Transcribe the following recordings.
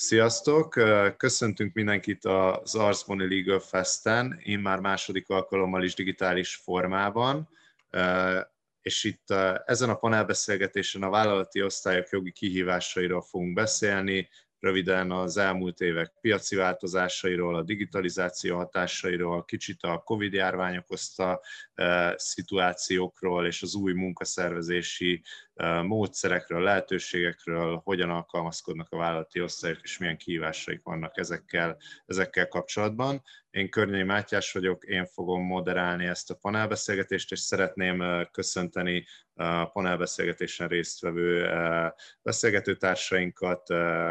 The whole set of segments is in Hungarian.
Sziasztok! Köszöntünk mindenkit az Arcboni Legal Festen, én már második alkalommal is digitális formában, és itt ezen a panelbeszélgetésen a vállalati osztályok jogi kihívásairól fogunk beszélni, röviden az elmúlt évek piaci változásairól, a digitalizáció hatásairól, kicsit a Covid-járvány okozta szituációkról és az új munkaszervezési módszerekről, lehetőségekről, hogyan alkalmazkodnak a vállalati osztályok, és milyen kihívásaik vannak ezekkel kapcsolatban. Én Környei Mátyás vagyok, én fogom moderálni ezt a panelbeszélgetést, és szeretném köszönteni a panelbeszélgetésen résztvevő beszélgetőtársainkat,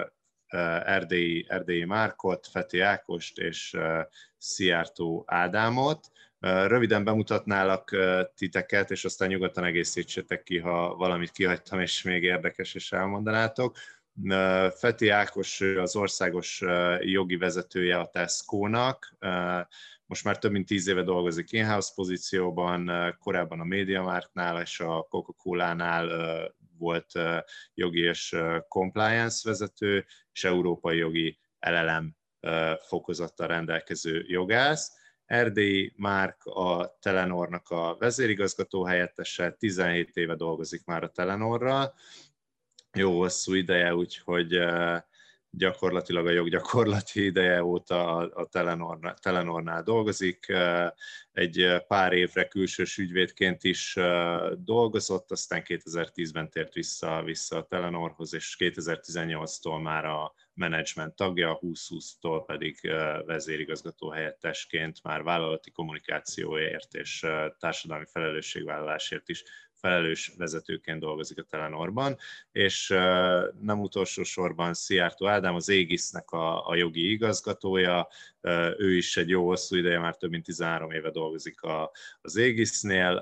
Erdélyi Márkot, Feti Ákost és Szijjártó Ádámot. Röviden bemutatnálak titeket, és aztán nyugodtan egészítsetek ki, ha valamit kihagytam, és még érdekes is elmondanátok. Feti Ákos az országos jogi vezetője a Tesco-nak. Most már több mint 10 éve dolgozik in-house pozícióban, korábban a MediaMarktnál és a Coca-Colánál volt jogi és compliance vezető, és európai jogi LLM fokozattal rendelkező jogász. Erdélyi Márk a Telenornak a vezérigazgató helyettese, 17 éve dolgozik már a Telenorral, jó hosszú ideje, úgyhogy gyakorlatilag a joggyakorlati ideje óta a Telenornál dolgozik. Egy pár évre külsős ügyvédként is dolgozott, aztán 2010-ben tért vissza a Telenorhoz, és 2018-tól már a menedzsment tagja, 2020-tól pedig vezérigazgató helyettesként már vállalati kommunikációért és társadalmi felelősségvállalásért is felelős vezetőként dolgozik a Telenorban, és nem utolsó sorban Szijjártó Ádám, az Aegis-nek a jogi igazgatója, ő is egy jó hosszú ideje, már több mint 13 éve dolgozik az Aegis-nél,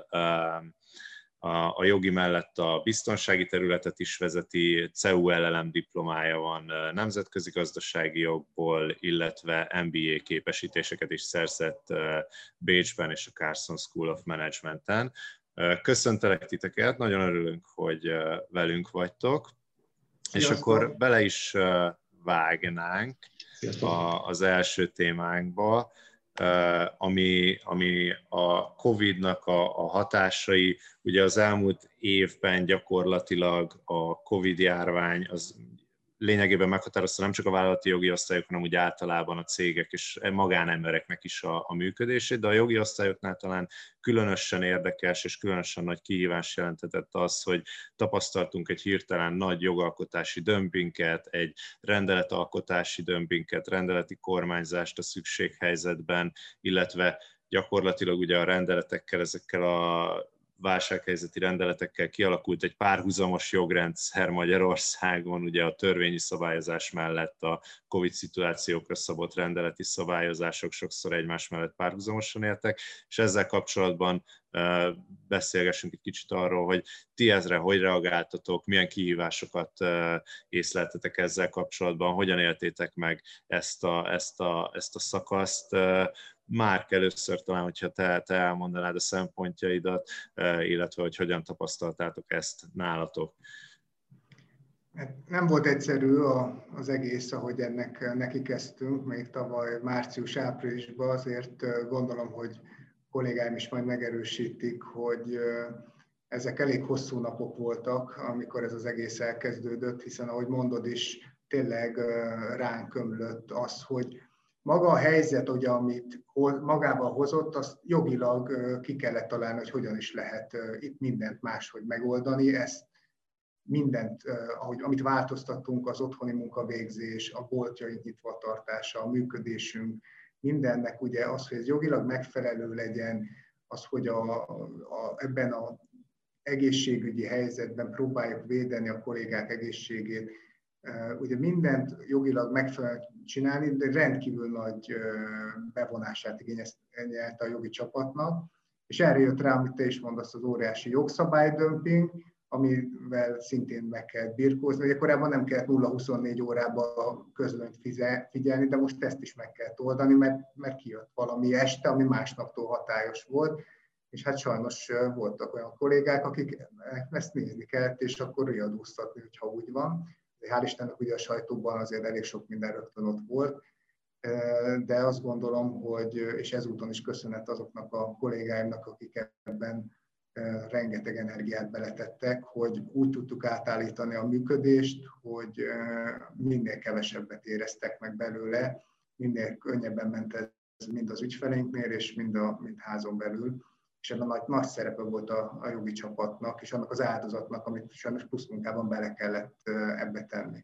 a jogi mellett a biztonsági területet is vezeti, CEU LLM diplomája van nemzetközi gazdasági jogból, illetve MBA képesítéseket is szerzett Bécsben és a Carson School of Management-en. Köszöntelek titeket, nagyon örülünk, hogy velünk vagytok. Sziasztok. És akkor bele is vágnánk az első témánkba, ami a Covid-nak a hatásai. Ugye az elmúlt évben gyakorlatilag a Covid-járvány az lényegében meghatározta nem csak a vállalati jogi osztályok, hanem úgy általában a cégek és magánembereknek is a működését, de a jogi osztályoknál talán különösen érdekes és különösen nagy kihívás jelentetett az, hogy tapasztaltunk egy hirtelen nagy jogalkotási dömpinget, egy rendeletalkotási dömpinget, rendeleti kormányzást a szükséghelyzetben, illetve gyakorlatilag ugye a rendeletekkel, ezekkel a válsághelyzeti rendeletekkel kialakult egy párhuzamos jogrendszer Magyarországon, ugye a törvényi szabályozás mellett a Covid szituációkra szabott rendeleti szabályozások sokszor egymás mellett párhuzamosan éltek, és ezzel kapcsolatban beszélgessünk egy kicsit arról, hogy ti ezre hogy reagáltatok, milyen kihívásokat észleltetek ezzel kapcsolatban, hogyan éltétek meg ezt a szakaszt. Márk, először talán, hogyha te elmondanád a szempontjaidat, illetve hogy hogyan tapasztaltátok ezt nálatok. Nem volt egyszerű az egész, ahogy ennek neki kezdtünk, még tavaly március-áprilisban, azért gondolom, hogy kollégáim is majd megerősítik, hogy ezek elég hosszú napok voltak, amikor ez az egész elkezdődött, hiszen ahogy mondod is, tényleg ránk ömlött az, hogy maga a helyzet, ugye, amit magával hozott, azt jogilag ki kellett találni, hogy hogyan is lehet itt mindent máshogy megoldani. Ezt mindent, amit változtattunk, az otthoni munkavégzés, a boltjaink nyitva tartása, a működésünk, mindennek ugye az, hogy ez jogilag megfelelő legyen, az, hogy ebben az egészségügyi helyzetben próbáljuk védeni a kollégák egészségét, ugye mindent jogilag megfelelően csinálni, de rendkívül nagy bevonását igényelte a jogi csapatnak, és erre jött rá, amit te is mondasz, az óriási jogszabálydömping, amivel szintén meg kell birkózni. Ugye korábban nem kellett 0-24 órában közlönyt figyelni, de most ezt is meg kell oldani, mert kijött valami este, ami másnaptól hatályos volt, és hát sajnos voltak olyan kollégák, akik ezt nézni kellett, és akkor riadóztatni, hogyha úgy van. Hál' Istennek ugye a sajtóban azért elég sok minden rögtön ott volt, de azt gondolom, hogy, és ezúton is köszönet azoknak a kollégáimnak, akik ebben rengeteg energiát beletettek, hogy úgy tudtuk átállítani a működést, hogy minél kevesebbet éreztek meg belőle, minél könnyebben ment ez mind az ügyfeleinknél, és mind házon belül. És ebben nagy szerepe volt a jogi csapatnak, és annak az áldozatnak, amit sajnos plusz munkában bele kellett ebbe tenni.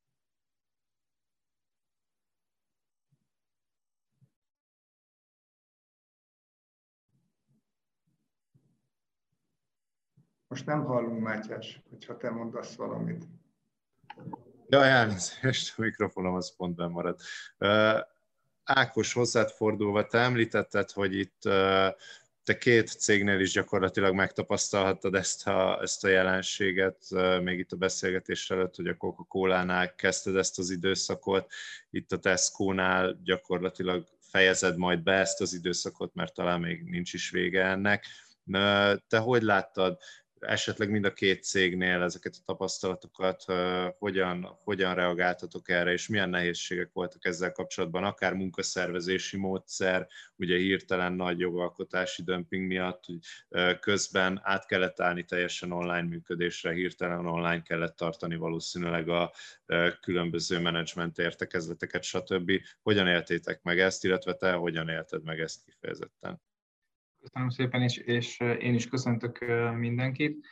Most nem hallunk, Mátyás, hogyha te mondasz valamit. Jaj, elnézést, a mikrofonom az pont benn maradt. Ákos, hozzád fordulva, te említetted, hogy itt te két cégnél is gyakorlatilag megtapasztalhattad ezt a jelenséget, még itt a beszélgetés előtt, hogy a Coca-Colánál kezdted ezt az időszakot, itt a Tesco-nál gyakorlatilag fejezed majd be ezt az időszakot, mert talán még nincs is vége ennek. Te hogy láttad esetleg mind a két cégnél ezeket a tapasztalatokat, hogyan reagáltatok erre, és milyen nehézségek voltak ezzel kapcsolatban, akár munkaszervezési módszer, ugye hirtelen nagy jogalkotási dömping miatt, hogy közben át kellett állni teljesen online működésre, hirtelen online kellett tartani valószínűleg a különböző menedzsment értekezleteket, stb. Hogyan éltétek meg ezt, illetve te hogyan élted meg ezt kifejezetten? Köszönöm szépen, és én is köszöntök mindenkit.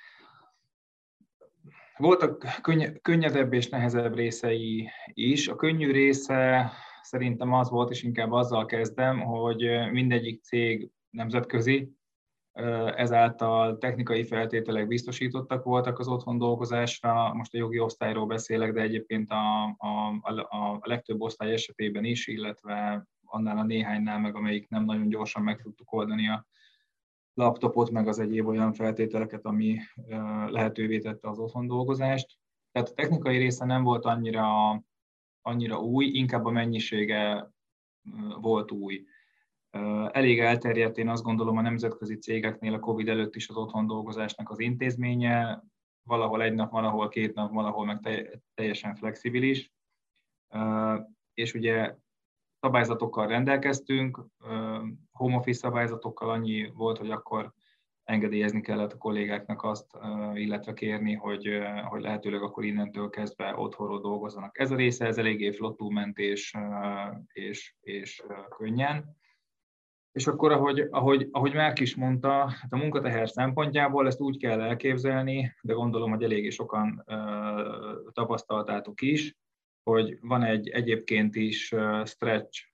Voltak könnyedebb és nehezebb részei is. A könnyű része szerintem az volt, és inkább azzal kezdem, hogy mindegyik cég nemzetközi, ezáltal technikai feltételek biztosítottak voltak az otthon dolgozásra. Most a jogi osztályról beszélek, de egyébként a legtöbb osztály esetében is, illetve annál a néhánynál meg, amelyik nem nagyon gyorsan meg tudtuk oldani a laptopot, meg az egyéb olyan feltételeket, ami lehetővé tette az otthon dolgozást. Tehát a technikai része nem volt annyira új, inkább a mennyisége volt új. Elég elterjedt, én azt gondolom, a nemzetközi cégeknél a Covid előtt is az otthon dolgozásnak az intézménye, valahol egy nap, valahol 2 nap, valahol meg teljesen flexibilis. És ugye szabályzatokkal rendelkeztünk, home office szabályzatokkal annyi volt, hogy akkor engedélyezni kellett a kollégáknak azt, illetve kérni, hogy lehetőleg akkor innentől kezdve otthonról dolgozzanak. Ez a része, ez eléggé flottul ment és könnyen. És akkor, ahogy Márk is mondta, hát a munkateher szempontjából ezt úgy kell elképzelni, de gondolom, hogy eléggé sokan tapasztaltátok is, hogy van egy egyébként is stretch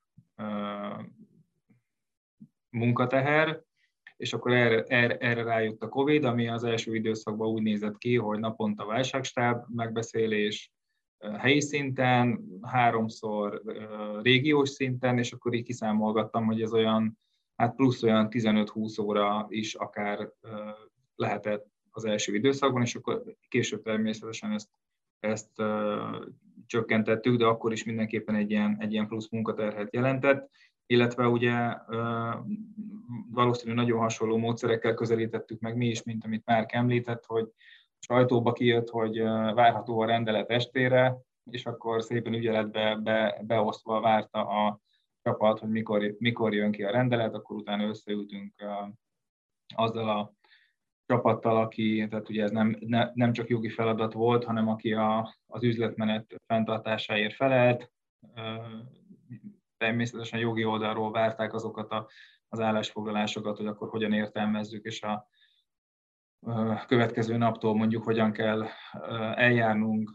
munkateher, és akkor erre rájött a Covid, ami az első időszakban úgy nézett ki, hogy naponta válságstáb megbeszélés helyi szinten, 3-szor régiós szinten, és akkor így kiszámolgattam, hogy ez olyan, hát plusz olyan 15-20 óra is akár lehetett az első időszakban, és akkor később természetesen ezt csökkentettük, de akkor is mindenképpen egy ilyen plusz munkaterhet jelentett, illetve ugye valószínűleg nagyon hasonló módszerekkel közelítettük meg mi is, mint amit Márk említett, hogy sajtóba kijött, hogy várható a rendelet estére, és akkor szépen ügyeletbe beosztva várta a csapat, hogy mikor jön ki a rendelet, akkor utána összeültünk azzal a csapattal, aki, tehát ugye ez nem csak jogi feladat volt, hanem aki az üzletmenet fenntartásáért felelt. Természetesen jogi oldalról várták azokat az állásfoglalásokat, hogy akkor hogyan értelmezzük, és a következő naptól mondjuk hogyan kell eljárnunk,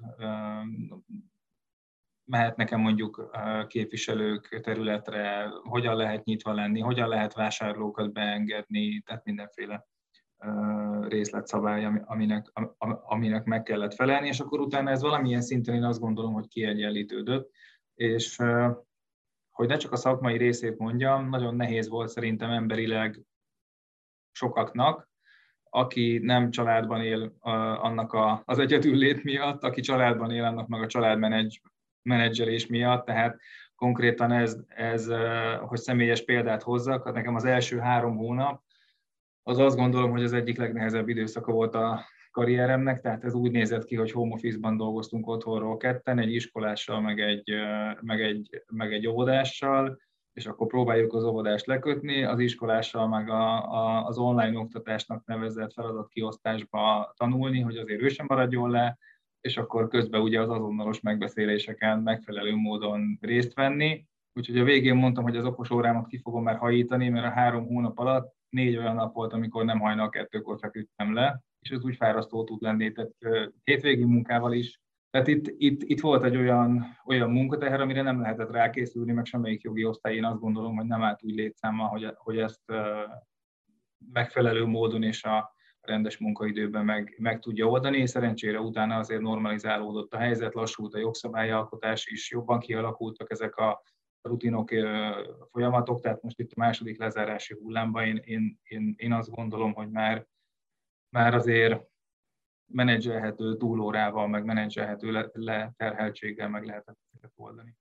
mehetnek-e mondjuk képviselők területre, hogyan lehet nyitva lenni, hogyan lehet vásárlókat beengedni, tehát mindenféle részletszabály, aminek meg kellett felelni, és akkor utána ez valamilyen szinten én azt gondolom, hogy kiegyenlítődött, és hogy ne csak a szakmai részét mondjam, nagyon nehéz volt szerintem emberileg sokaknak, aki nem családban él annak az egyedüllét miatt, aki családban él annak meg a családmenedzselés miatt, tehát konkrétan ez, hogy személyes példát hozzak, nekem az első 3 hónap, az azt gondolom, hogy az egyik legnehezebb időszaka volt karrieremnek, tehát ez úgy nézett ki, hogy home office-ban dolgoztunk otthonról ketten, egy iskolással, meg egy óvodással, és akkor próbáljuk az óvodást lekötni, az iskolással meg az online oktatásnak nevezett feladatkiosztásba tanulni, hogy azért ő sem maradjon le, és akkor közben ugye az azonnalos megbeszéléseken megfelelő módon részt venni. Úgyhogy a végén mondtam, hogy az okos órámat ki fogom már hajítani, mert a 3 hónap alatt 4 olyan nap volt, amikor nem hajnal 2-kor feküdtem le, és ez úgy fárasztó tud lenni, tehát hétvégi munkával is. Tehát itt volt egy olyan munkateher, amire nem lehetett rákészülni, meg semmelyik jogi osztály, én azt gondolom, hogy nem állt úgy létszámmal, hogy ezt megfelelő módon és a rendes munkaidőben meg tudja oldani, és szerencsére utána azért normalizálódott a helyzet, lassult a jogszabályalkotás is, jobban kialakultak ezek a rutinok, folyamatok, tehát most itt a második lezárási hullámban én azt gondolom, hogy már azért menedzselhető túlórával, meg menedzselhető leterheltséggel meg lehetett ezeket oldani.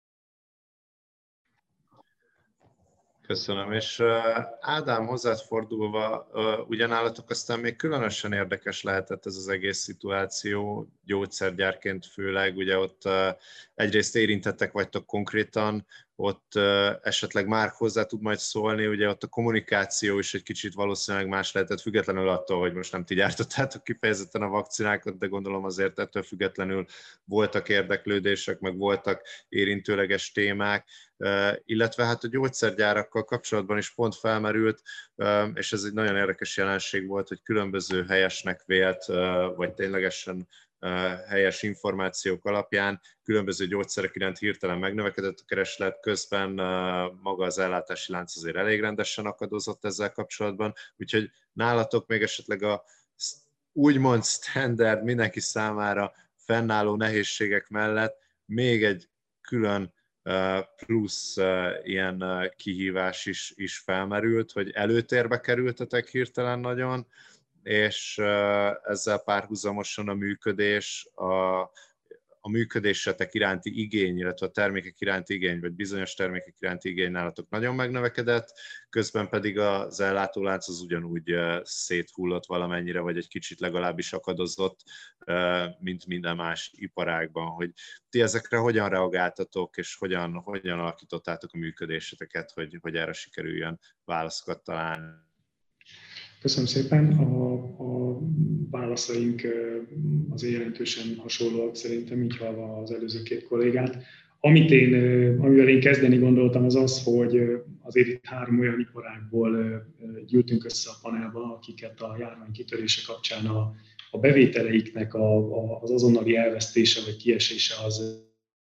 Köszönöm, és Ádám, hozzád fordulva, ugyanállatok aztán még különösen érdekes lehetett ez az egész szituáció, gyógyszergyárként főleg, ugye ott egyrészt érintettek vagytok konkrétan, ott esetleg Márk hozzá tud majd szólni, ugye ott a kommunikáció is egy kicsit valószínűleg más lehetett, függetlenül attól, hogy most nem ti gyártottátok kifejezetten a vakcinákat, de gondolom azért ettől függetlenül voltak érdeklődések, meg voltak érintőleges témák, illetve hát a gyógyszergyárakkal kapcsolatban is pont felmerült, és ez egy nagyon érdekes jelenség volt, hogy különböző helyesnek vélt, vagy ténylegesen helyes információk alapján különböző gyógyszerek iránt hirtelen megnövekedett a kereslet, közben maga az ellátási lánc azért elég rendesen akadozott ezzel kapcsolatban, úgyhogy nálatok még esetleg a úgymond standard, mindenki számára fennálló nehézségek mellett még egy külön plusz ilyen kihívás is felmerült, hogy előtérbe kerültetek hirtelen nagyon, és ezzel párhuzamosan a működés, a működésetek iránti igény, illetve a termékek iránti igény, vagy bizonyos termékek iránti igény nálatok nagyon megnövekedett, közben pedig az ellátólánc az ugyanúgy széthullott valamennyire, vagy egy kicsit legalábbis akadozott, mint minden más iparágban. Hogy ti ezekre hogyan reagáltatok, és hogyan alakítottátok a működéseteket, hogy erre sikerüljön válaszokat találni? Köszönöm szépen. A válaszaink azért jelentősen hasonlóak szerintem, így hallva az előző két kollégát. Amivel én kezdeni gondoltam, az az, hogy azért itt 3 olyan iparágból gyűltünk össze a panelba, akiket a járvány kitörése kapcsán a bevételeiknek az azonnali elvesztése vagy kiesése az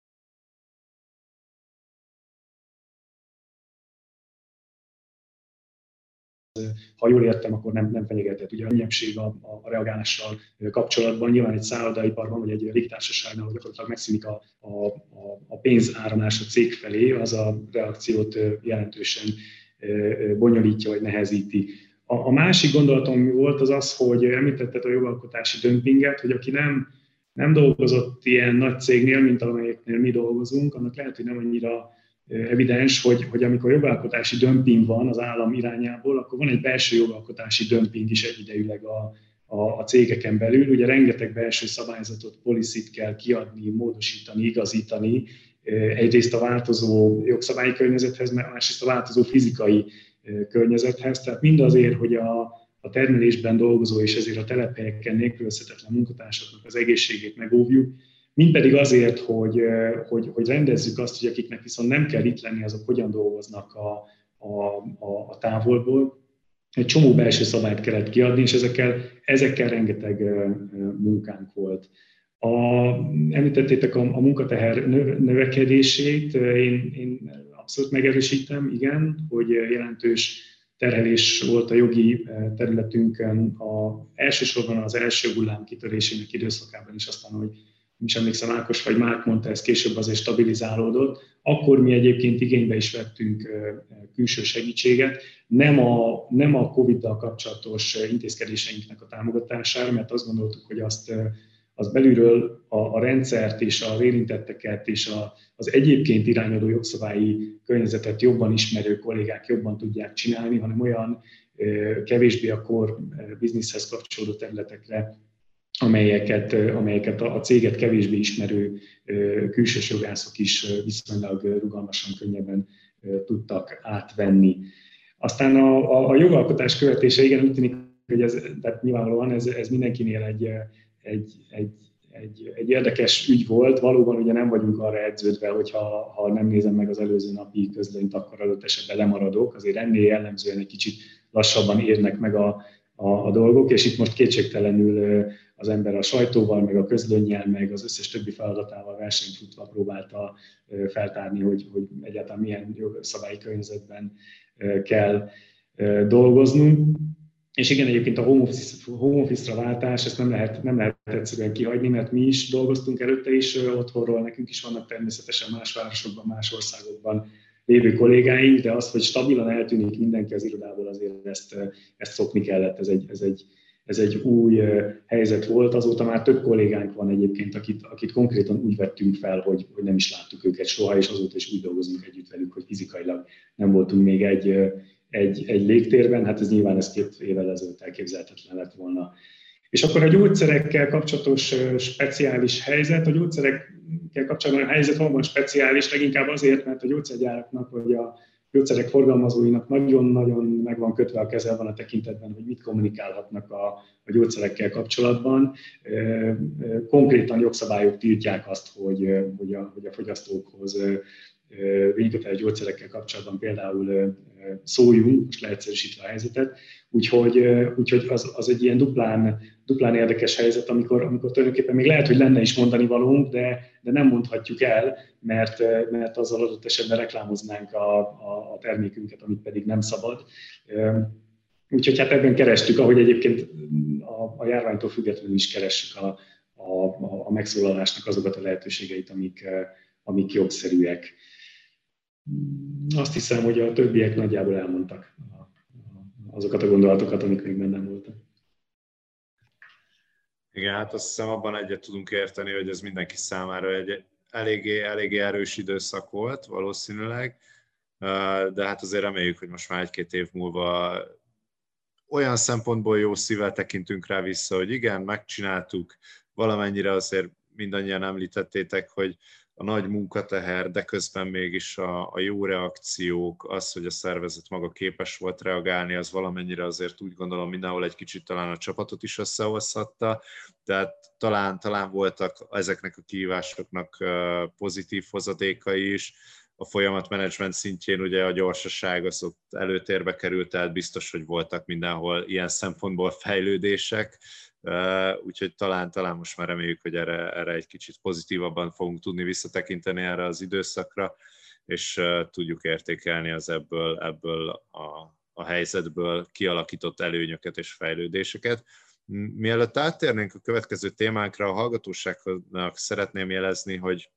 ha jól értem, akkor nem fenyegetett. Ugye a könnyebbség a reagálással kapcsolatban nyilván egy szállodaiparban, vagy egy légitársaságnál, hogy gyakorlatilag megszűnik a pénzáramlás a cég felé, az a reakciót jelentősen bonyolítja, vagy nehezíti. A másik gondolatom volt az, hogy említetted a jogalkotási dömpinget, hogy aki nem dolgozott ilyen nagy cégnél, mint amelyeknél mi dolgozunk, annak lehet, hogy nem annyira evidens, hogy amikor jogalkotási dömping van az állam irányából, akkor van egy belső jogalkotási dömping is egyidejűleg a cégeken belül. Ugye rengeteg belső szabályzatot, policit kell kiadni, módosítani, igazítani, egyrészt a változó jogszabályi környezethez, másrészt a változó fizikai környezethez. Tehát mindazért, hogy a termelésben dolgozó és ezért a telephelyeken nélkülözhetetlen munkatársaknak az egészségét megóvjuk, mind pedig azért, hogy rendezzük azt, hogy akiknek viszont nem kell itt lenni, azok hogyan dolgoznak a távolból. Egy csomó belső szabályt kellett kiadni, és ezekkel rengeteg munkánk volt. Említettétek a munkateher növekedését, én abszolút megerősítem, igen, hogy jelentős terhelés volt a jogi területünkön, elsősorban az első hullám kitörésének időszakában is, aztán, hogy nem is emlékszem, Ákos vagy Márk mondta, ez később azért stabilizálódott. Akkor mi egyébként igénybe is vettünk külső segítséget, nem a Covid-dal kapcsolatos intézkedéseinknek a támogatására, mert azt gondoltuk, hogy az belülről a rendszert és az érintetteket és az egyébként irányadó jogszabályi környezetet jobban ismerő kollégák jobban tudják csinálni, hanem olyan kevésbé a core businesshez kapcsolódó területekre amelyeket a céget kevésbé ismerő külsős jogászok is viszonylag rugalmasan, könnyebben tudtak átvenni. Aztán a jogalkotás követése, igen, úgy tűnik, hogy tehát nyilvánvalóan ez mindenkinél egy érdekes ügy volt. Valóban ugye nem vagyunk arra edződve, hogy ha nem nézem meg az előző napi közlönyt, akkor adott esetben lemaradok. Azért ennél jellemzően egy kicsit lassabban érnek meg a dolgok, és itt most kétségtelenül az ember a sajtóval, meg a közlönnyel, meg az összes többi feladatával versenyt futva próbálta feltárni, hogy egyáltalán milyen jogszabályi környezetben kell dolgoznunk. És igen, egyébként a home office-ra váltás, ezt nem lehet egyszerűen kihagyni, mert mi is dolgoztunk előtte is otthonról, nekünk is vannak természetesen más városokban, más országokban lévő kollégáink, de az, hogy stabilan eltűnik mindenki az irodából, azért ezt szokni kellett, ez egy új helyzet volt. Azóta már több kollégánk van egyébként, akit konkrétan úgy vettünk fel, hogy nem is láttuk őket soha, és azóta is úgy dolgozunk együtt velük, hogy fizikailag nem voltunk még egy légtérben, hát ez nyilván 2 évvel ezelőtt elképzelhetetlen lett volna. És akkor a gyógyszerekkel kapcsolatos speciális helyzet, a gyógyszerekkel kapcsolatban a helyzet valóban speciális, leginkább azért, mert a gyógyszergyáraknak vagy a gyógyszerek forgalmazóinak nagyon-nagyon meg van kötve a keze van a tekintetben, hogy mit kommunikálhatnak a gyógyszerekkel kapcsolatban. Konkrétan jogszabályok tiltják azt, hogy a fogyasztókhoz vényköteles gyógyszerekkel kapcsolatban például szóljunk, most leegyszerűsítve a helyzetet, úgyhogy az egy ilyen duplán érdekes helyzet, amikor tulajdonképpen még lehet, hogy lenne is mondani valónk, de nem mondhatjuk el, mert azzal adott esetben reklámoznánk a termékünket, amit pedig nem szabad. Úgyhogy hát ebben kerestük, ahogy egyébként a járványtól függetlenül is keressük a megszólalásnak azokat a lehetőségeit, amik jogszerűek. Azt hiszem, hogy a többiek nagyjából elmondtak azokat a gondolatokat, amik még bennem voltak. Igen, hát azt hiszem abban egyet tudunk érteni, hogy ez mindenki számára egy eléggé erős időszak volt valószínűleg, de hát azért reméljük, hogy most már 1-2 év múlva olyan szempontból jó szívvel tekintünk rá vissza, hogy igen, megcsináltuk, valamennyire azért mindannyian említettétek, hogy a nagy munkateher, de közben mégis a jó reakciók, az, hogy a szervezet maga képes volt reagálni, az valamennyire azért úgy gondolom mindenhol egy kicsit talán a csapatot is összehozhatta, tehát talán voltak ezeknek a kihívásoknak pozitív hozadékai is. A folyamatmenedzsment szintjén ugye a gyorsaság az ott előtérbe került, tehát biztos, hogy voltak mindenhol ilyen szempontból fejlődések, úgyhogy talán most már reméljük, hogy erre egy kicsit pozitívabban fogunk tudni visszatekinteni erre az időszakra, és tudjuk értékelni az ebből a helyzetből kialakított előnyöket és fejlődéseket. Mielőtt áttérnénk a következő témánkra, a hallgatóságnak szeretném jelezni, hogy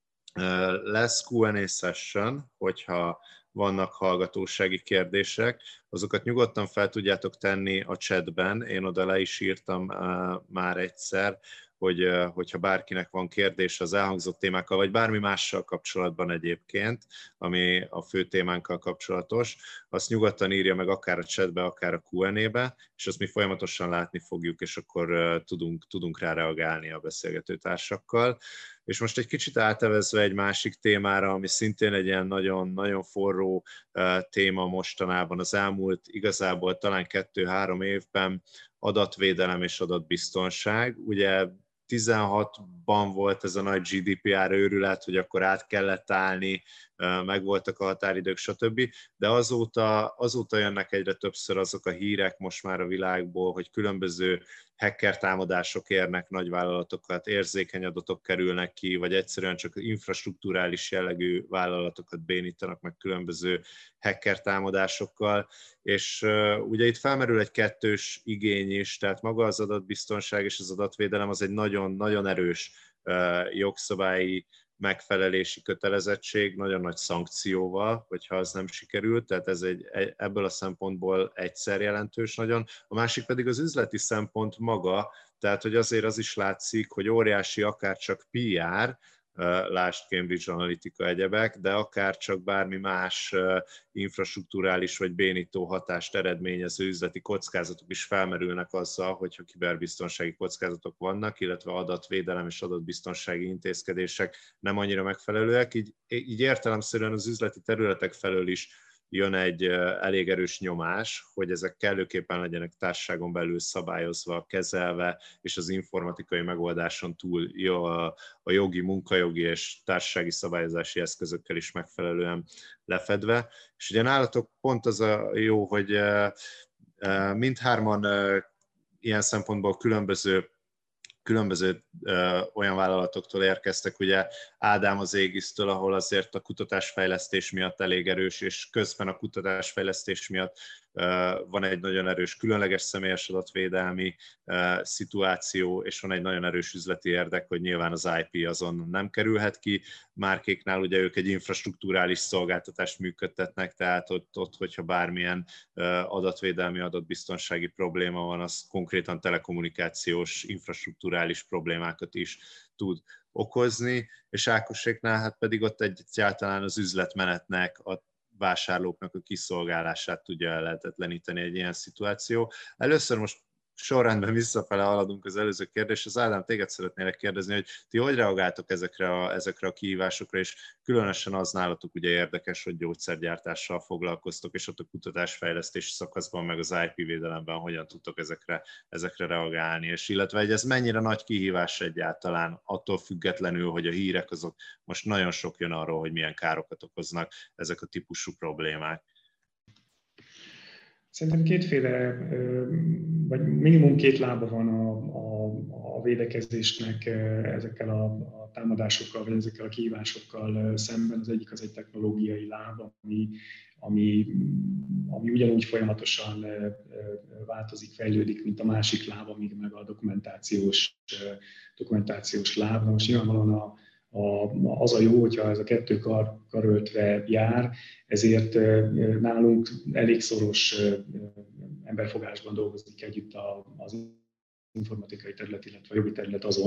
lesz Q&A session, hogyha vannak hallgatósági kérdések, azokat nyugodtan fel tudjátok tenni a chatben, én oda le is írtam már egyszer, hogyha bárkinek van kérdés az elhangzott témákkal, vagy bármi mással kapcsolatban egyébként, ami a fő témánkkal kapcsolatos, azt nyugodtan írja meg akár a chatbe, akár a Q&A-be, és azt mi folyamatosan látni fogjuk, és akkor tudunk rá reagálni a beszélgetőtársakkal. És most egy kicsit átevezve egy másik témára, ami szintén egy ilyen nagyon, nagyon forró téma mostanában, az elmúlt igazából talán 2-3 évben, adatvédelem és adatbiztonság. Ugye 16-ban volt ez a nagy GDPR őrület, hogy akkor át kellett állni, megvoltak a határidők, stb. De azóta jönnek egyre többször azok a hírek most már a világból, hogy különböző hacker támadások érnek nagyvállalatokat, érzékeny adatok kerülnek ki, vagy egyszerűen csak infrastrukturális jellegű vállalatokat bénítanak meg különböző hacker támadásokkal. És ugye itt felmerül egy kettős igény is, tehát maga az adatbiztonság és az adatvédelem az egy nagyon-nagyon erős jogszabályi megfelelési kötelezettség, nagyon nagy szankcióval, hogyha az nem sikerült, tehát ez ebből a szempontból egyszer jelentős nagyon. A másik pedig az üzleti szempont maga, tehát hogy azért az is látszik, hogy óriási akár csak PR, lásd Cambridge Analytica egyebek, de akár csak bármi más infrastrukturális vagy bénító hatást eredményező üzleti kockázatok is felmerülnek azzal, hogyha kiberbiztonsági kockázatok vannak, illetve adatvédelem és adatbiztonsági intézkedések nem annyira megfelelőek. Így értelemszerűen az üzleti területek felől is jön egy elég erős nyomás, hogy ezek kellőképpen legyenek társaságon belül szabályozva, kezelve, és az informatikai megoldáson túl jó a jogi, munkajogi és társasági szabályozási eszközökkel is megfelelően lefedve. És ugye nálatok pont az a jó, hogy mindhárman ilyen szempontból különböző olyan vállalatoktól érkeztek, ugye Ádám az Aegis-től, ahol azért a kutatásfejlesztés miatt elég erős, és közben a kutatásfejlesztés miatt van egy nagyon erős különleges személyes adatvédelmi szituáció, és van egy nagyon erős üzleti érdek, hogy nyilván az IP azon nem kerülhet ki. Márkéknál ugye ők egy infrastrukturális szolgáltatást működtetnek, tehát ott hogyha bármilyen adatvédelmi, adatbiztonsági probléma van, az konkrétan telekommunikációs, infrastrukturális problémákat is tud okozni, és Ákoséknál hát pedig ott egyáltalán az üzletmenetnek, a vásárlóknak a kiszolgálását tudja lehetetleníteni egy ilyen szituáció. Először most sorrendben visszafele haladunk az előző kérdéshez. Ádám, téged szeretnélek kérdezni, hogy ti hogy reagáltok ezekre a kihívásokra, és különösen az nálatok ugye érdekes, hogy gyógyszergyártással foglalkoztok, és ott a kutatásfejlesztés szakaszban, meg az IP védelemben hogyan tudtok ezekre reagálni, és illetve hogy ez mennyire nagy kihívás egyáltalán, attól függetlenül, hogy a hírek azok most nagyon sok jön arról, hogy milyen károkat okoznak ezek a típusú problémák. Szerintem kétféle, vagy minimum két lába van a védekezésnek ezekkel a támadásokkal, vagy ezekkel a kihívásokkal szemben. Az egyik az egy technológiai láb, ami ugyanúgy folyamatosan változik, fejlődik, mint a másik láb, amíg meg a dokumentációs láb. Na most nyilvánvalóan az a jó, hogyha ez a kettő karöltve jár, ezért nálunk elég szoros emberfogásban dolgozik együtt az informatikai terület, illetve a jogi terület azon,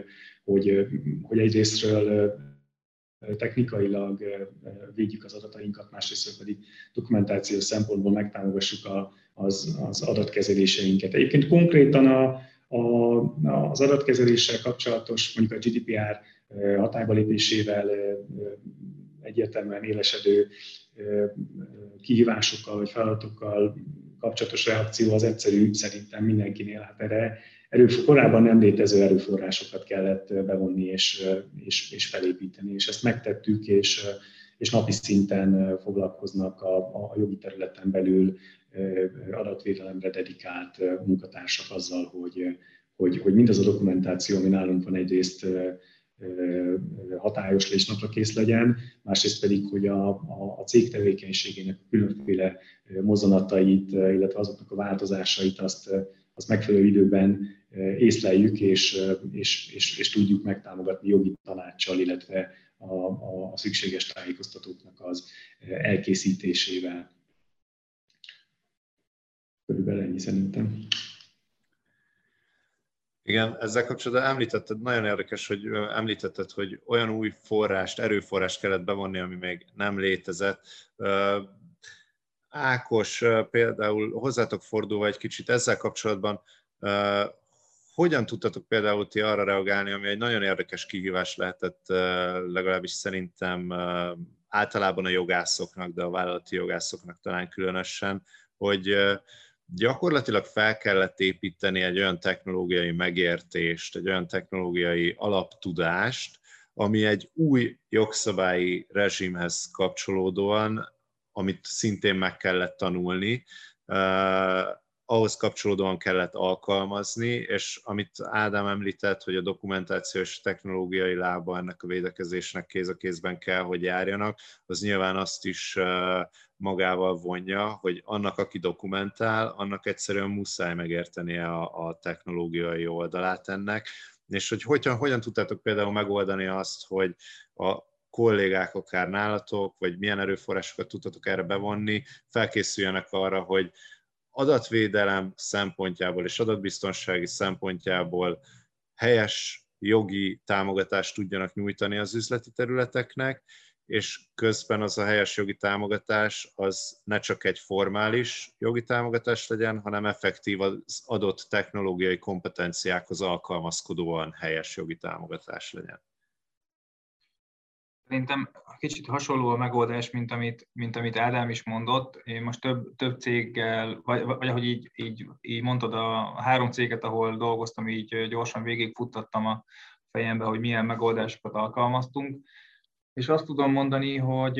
hogy egyrésztről technikailag védjük az adatainkat, másrészt pedig dokumentációs szempontból megtámogassuk az adatkezeléseinket. Egyébként konkrétan az adatkezeléssel kapcsolatos, mondjuk a GDPR hatályba lépésével egyértelműen élesedő kihívásokkal vagy feladatokkal kapcsolatos reakció az egyszerű, szerintem mindenkinél. Hát erre korábban nem létező erőforrásokat kellett bevonni és felépíteni, és ezt megtettük, és napi szinten foglalkoznak a jogi területen belül adatvédelemre dedikált munkatársak azzal, hogy mindaz a dokumentáció, ami nálunk van, egyrészt hatályos és napra kész legyen, másrészt pedig, hogy a cég tevékenységének különféle mozzanatait, illetve azoknak a változásait azt megfelelő időben észleljük, és tudjuk megtámogatni jogi tanáccsal, illetve a szükséges tájékoztatóknak az elkészítésével. Körülbelül ennyi szerintem. Igen, ezzel kapcsolatban említetted, nagyon érdekes, hogy említetted, hogy olyan új erőforrást kellett bevonni, ami még nem létezett. Ákos, például hozzátok fordulva egy kicsit ezzel kapcsolatban, hogyan tudtatok például ti arra reagálni, ami egy nagyon érdekes kihívás lehetett, legalábbis szerintem általában a jogászoknak, de a vállalati jogászoknak talán különösen, hogy gyakorlatilag fel kellett építeni egy olyan technológiai megértést, egy olyan technológiai alaptudást, ami egy új jogszabályi rezsimhez kapcsolódóan, amit szintén meg kellett tanulni, ahhoz kapcsolódóan kellett alkalmazni, és amit Ádám említett, hogy a dokumentációs technológiai lába ennek a védekezésnek kéz a kézben kell, hogy járjanak, az nyilván azt is magával vonja, hogy annak, aki dokumentál, annak egyszerűen muszáj megértenie a technológiai oldalát ennek, és hogy hogyan tudtátok például megoldani azt, hogy a kollégák akár nálatok, vagy milyen erőforrásokat tudtatok erre bevonni, felkészüljenek arra, hogy adatvédelem szempontjából és adatbiztonsági szempontjából helyes jogi támogatást tudjanak nyújtani az üzleti területeknek, és közben az a helyes jogi támogatás az ne csak egy formális jogi támogatás legyen, hanem effektív az adott technológiai kompetenciákhoz alkalmazkodóan helyes jogi támogatás legyen. Szerintem kicsit hasonló a megoldás, mint amit Ádám is mondott. Én most több céggel, vagy ahogy így mondtad, a 3 céget, ahol dolgoztam, így gyorsan végigfuttattam a fejembe, hogy milyen megoldásokat alkalmaztunk. És azt tudom mondani, hogy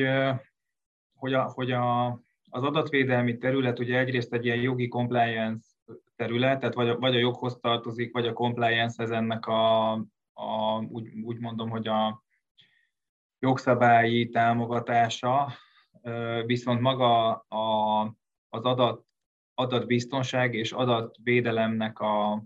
az adatvédelmi terület ugye egyrészt egy ilyen jogi compliance terület, tehát vagy a joghoz tartozik, vagy a compliance ez ennek úgy mondom, hogy a jogszabályi támogatása, viszont maga az adatbiztonság és adatvédelemnek a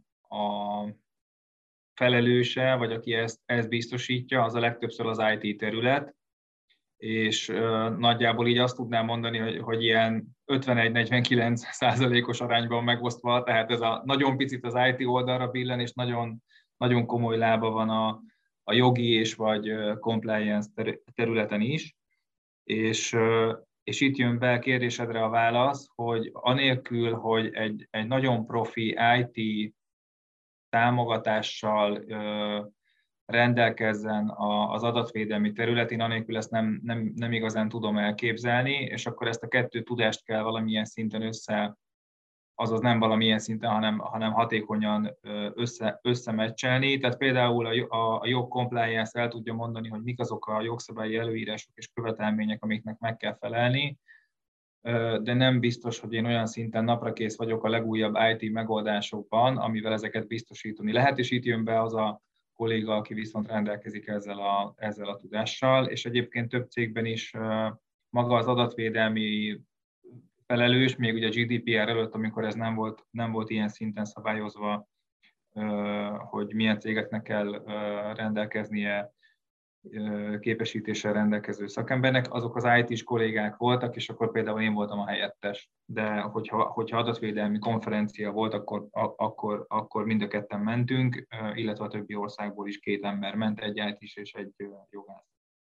felelőse, vagy aki ezt biztosítja, az a legtöbbször az IT terület, és nagyjából így azt tudnám mondani, hogy ilyen 51-49%-os arányban megosztva, tehát ez a nagyon picit az IT oldalra billen, és nagyon, nagyon komoly lába van a jogi és vagy compliance területen is, és itt jön be a kérdésedre a válasz, hogy anélkül, hogy egy nagyon profi IT támogatással rendelkezzen az adatvédelmi területén, anélkül ezt nem igazán tudom elképzelni, és akkor ezt a 2 tudást kell valamilyen szinten azaz nem valamilyen szinten, hanem hatékonyan összemeccselni. Tehát például a jog compliance el tudja mondani, hogy mik azok a jogszabályi előírások és követelmények, amiknek meg kell felelni, de nem biztos, hogy én olyan szinten naprakész vagyok a legújabb IT megoldásokban, amivel ezeket biztosítani lehet, és itt jön be az a kolléga, aki viszont rendelkezik ezzel a tudással, és egyébként több cégben is maga az adatvédelmi felelős, még ugye a GDPR előtt, amikor ez nem volt ilyen szinten szabályozva, hogy milyen cégeknek kell rendelkeznie képesítéssel rendelkező szakembernek, azok az IT-s kollégák voltak, és akkor például én voltam a helyettes. De hogyha adatvédelmi konferencia volt, akkor mind a ketten mentünk, illetve a többi országból is 2 ember ment, egy IT-s és egy jogász.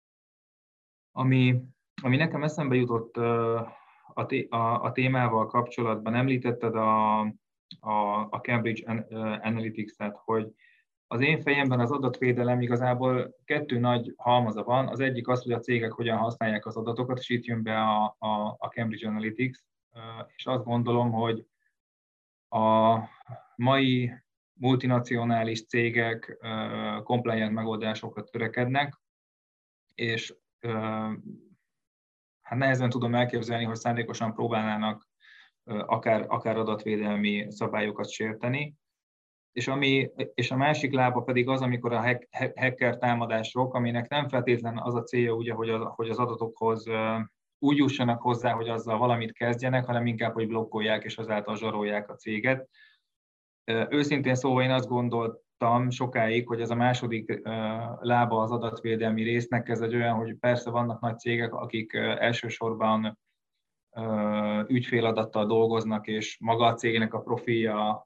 Ami nekem eszembe jutott a témával kapcsolatban, említetted a Cambridge Analytics-et, hogy az én fejemben az adatvédelem igazából 2 nagy halmaza van. Az egyik az, hogy a cégek hogyan használják az adatokat, és itt jön be a Cambridge Analytics, és azt gondolom, hogy a mai multinacionális cégek compliant megoldásokra törekednek, és hát nehezen tudom elképzelni, hogy szándékosan próbálnának akár adatvédelmi szabályokat sérteni. És a másik lába pedig az, amikor a hacker támadások, aminek nem feltétlenül az a célja, ugye, hogy az adatokhoz úgy jussanak hozzá, hogy azzal valamit kezdjenek, hanem inkább, hogy blokkolják és azáltal zsarolják a céget. Őszintén szóval én azt gondoltam sokáig, hogy ez a második lába az adatvédelmi résznek, ez egy olyan, hogy persze vannak nagy cégek, akik elsősorban ügyféladattal dolgoznak, és maga a cégnek a profilja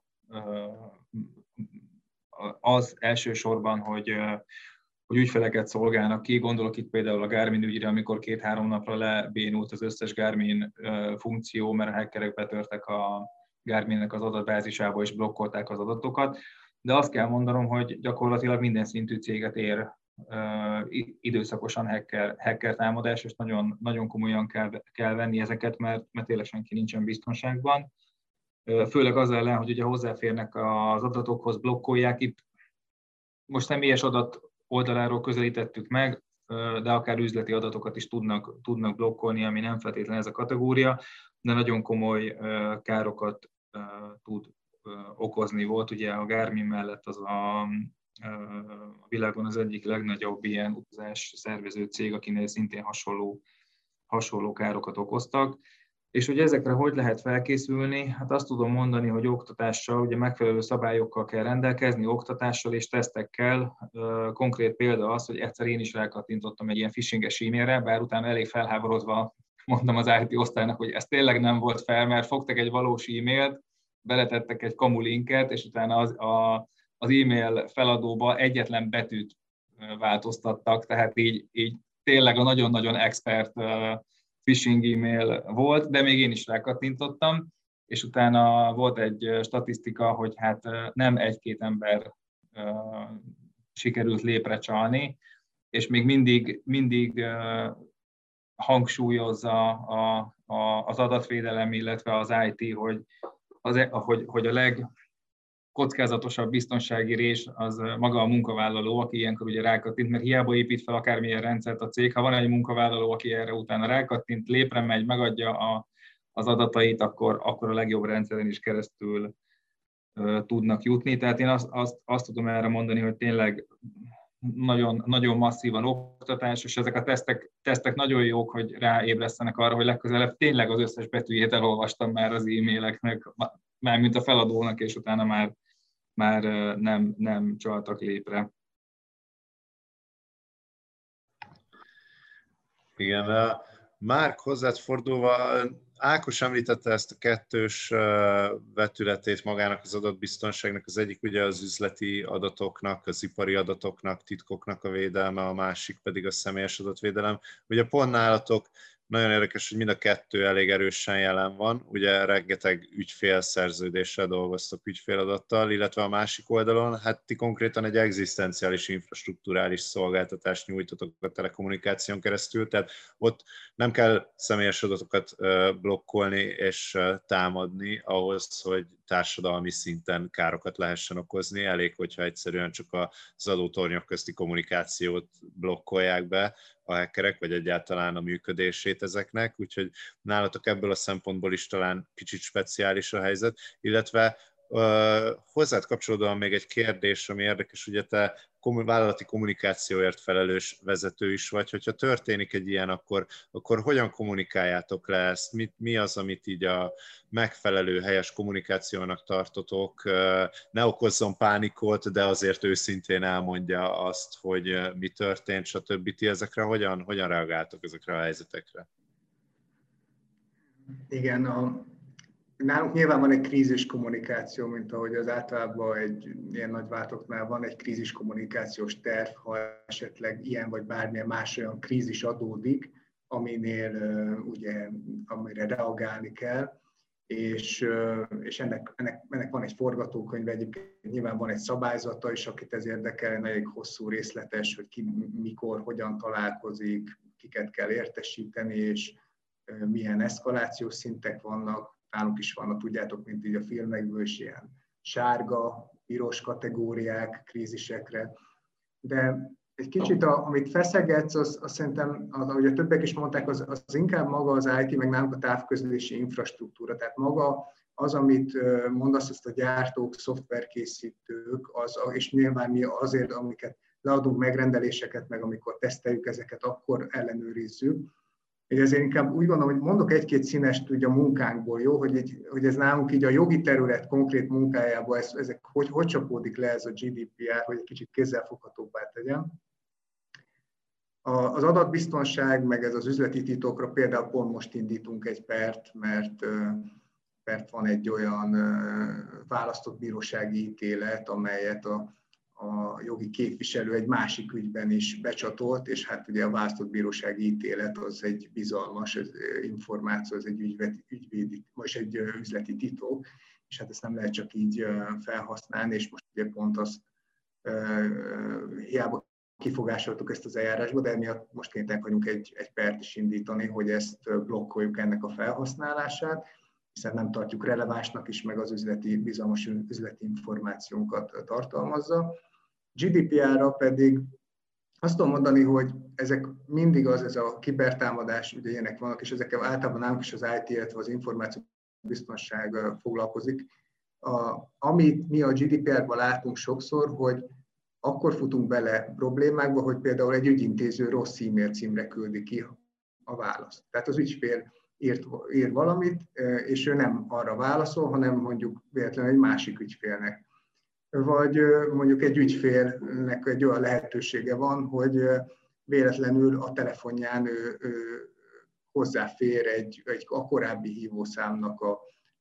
az elsősorban, hogy ügyfeleket szolgálnak ki. Gondolok itt például a Garmin ügyre, amikor 2-3 napra lebénult az összes Garmin funkció, mert a hackerek betörtek a Garminnek az adatbázisába és blokkolták az adatokat. De azt kell mondanom, hogy gyakorlatilag minden szintű céget ér időszakosan hacker támadás, és nagyon, nagyon komolyan kell venni ezeket, mert tényleg senki nincsen biztonságban. Főleg az ellen, hogy ugye hozzáférnek az adatokhoz, blokkolják. Itt most személyes adat oldaláról közelítettük meg, de akár üzleti adatokat is tudnak blokkolni, ami nem feltétlenül ez a kategória, de nagyon komoly károkat tud okozni. Volt ugye a Garmin mellett az a világon az egyik legnagyobb ilyen utazás szervező cég, akinél szintén hasonló károkat okoztak. És hogy ezekre hogy lehet felkészülni? Hát azt tudom mondani, hogy oktatással, ugye megfelelő szabályokkal kell rendelkezni, oktatással és tesztekkel. Konkrét példa az, hogy egyszer én is rákattintottam egy ilyen phishinges e-mailre, bár utána elég felháborodva mondtam az IT osztálynak, hogy ez tényleg nem volt fel, mert fogtak egy valós e-mailt, beletettek egy kamu linket, és utána az e-mail feladóba egyetlen betűt változtattak, tehát így tényleg a nagyon-nagyon expert phishing e-mail volt, de még én is rákattintottam, és utána volt egy statisztika, hogy hát nem egy-két ember sikerült lépre csalni, és még mindig hangsúlyozza az adatvédelem, illetve az IT, hogy a legkockázatosabb biztonsági rés az maga a munkavállaló, aki ilyenkor ugye rákattint, mert hiába épít fel akármilyen rendszert a cég, ha van egy munkavállaló, aki erre utána rákattint, lépre megy, megadja az adatait, akkor a legjobb rendszeren is keresztül tudnak jutni. Tehát én azt tudom erre mondani, hogy tényleg nagyon, nagyon masszívan oktatás, és ezek a tesztek nagyon jók, hogy ráébresztenek arra, hogy legközelebb tényleg az összes betűjét elolvastam már az e-maileknek, mármint a feladónak, és utána már nem csaltak lépre. Igen, Márk, hozzád fordulva, Ákos említette ezt a kettős vetületét magának az adatbiztonságnak, az egyik ugye az üzleti adatoknak, az ipari adatoknak, titkoknak a védelme, a másik pedig a személyes adatvédelem. Ugye pont nálatok nagyon érdekes, hogy mind a kettő elég erősen jelen van, ugye rengeteg ügyfélszerződéssel dolgoztok ügyféladattal, illetve a másik oldalon, hát ti konkrétan egy egzisztenciális infrastrukturális szolgáltatást nyújtotok a telekommunikáción keresztül, tehát ott nem kell személyes adatokat blokkolni és támadni ahhoz, hogy társadalmi szinten károkat lehessen okozni, elég, hogyha egyszerűen csak az adótornyok közti kommunikációt blokkolják be a hackerek, vagy egyáltalán a működését ezeknek, úgyhogy nálatok ebből a szempontból is talán kicsit speciális a helyzet, illetve hozzád kapcsolódóan még egy kérdés, ami érdekes, ugye te vállalati kommunikációért felelős vezető is vagy, hogyha történik egy ilyen, akkor hogyan kommunikáljátok le ezt? Mi az, amit így a megfelelő helyes kommunikációnak tartotok? Ne okozzon pánikot, de azért őszintén elmondja azt, hogy mi történt, stb. Ti ezekre hogyan reagáltok ezekre a helyzetekre? Igen, nálunk nyilván van egy krízis kommunikáció, mint ahogy az általában egy ilyen nagy váltoknál van egy krízis kommunikációs terv, ha esetleg ilyen vagy bármilyen más olyan krízis adódik, amire reagálni kell, és ennek van egy forgatókönyv, egyébként nyilván van egy szabályzata is, akit ez érdekel, elég hosszú, részletes, hogy ki, mikor, hogyan találkozik, kiket kell értesíteni, és milyen eszkalációs szintek vannak. Nálunk is vannak, tudjátok, mint így a filmekből is ilyen sárga, piros kategóriák krízisekre. De egy kicsit, amit feszegetsz, az szerintem, ahogy a többek is mondták, az inkább maga az IT, meg nálunk a távközlési infrastruktúra. Tehát maga az, amit mondasz, azt a gyártók, szoftverkészítők, és nyilván mi azért, amiket leadunk megrendeléseket, meg amikor teszteljük ezeket, akkor ellenőrizzük. És ezért inkább úgy gondolom, hogy mondok egy-két színest ugye a munkánkból, jó, hogy ez nálunk így a jogi terület konkrét munkájában, ezek hogy csapódik le ez a GDPR, hogy egy kicsit kézzelfoghatóbbá tegyen. Az adatbiztonság, meg ez az üzleti titokra például pont most indítunk egy pert, mert van egy olyan választott bírósági ítélet, amelyet a jogi képviselő egy másik ügyben is becsatolt, és hát ugye a választott bírósági ítélet az egy bizalmas információ, az egy egy üzleti titok, és hát ezt nem lehet csak így felhasználni, és most ugye pont azt hiába kifogásoltuk ezt az eljárásba, de emiatt most kénytelenek vagyunk egy pert is indítani, hogy ezt blokkoljuk ennek a felhasználását, hiszen nem tartjuk relevánsnak is, meg az bizalmas üzleti információnkat tartalmazza. GDPR-ra pedig azt tudom mondani, hogy ezek mindig ez a kibertámadás, ugye ilyenek vannak, és ezekkel általában nálunk is az IT, illetve az információbiztonság foglalkozik. Amit mi a GDPR-ban látunk sokszor, hogy akkor futunk bele problémákba, hogy például egy ügyintéző rossz e-mail címre küldi ki a választ. Tehát az ügyfél ír valamit, és ő nem arra válaszol, hanem mondjuk véletlenül egy másik ügyfélnek. Vagy mondjuk egy ügyfélnek egy olyan lehetősége van, hogy véletlenül a telefonján ő hozzáfér a korábbi hívószámnak a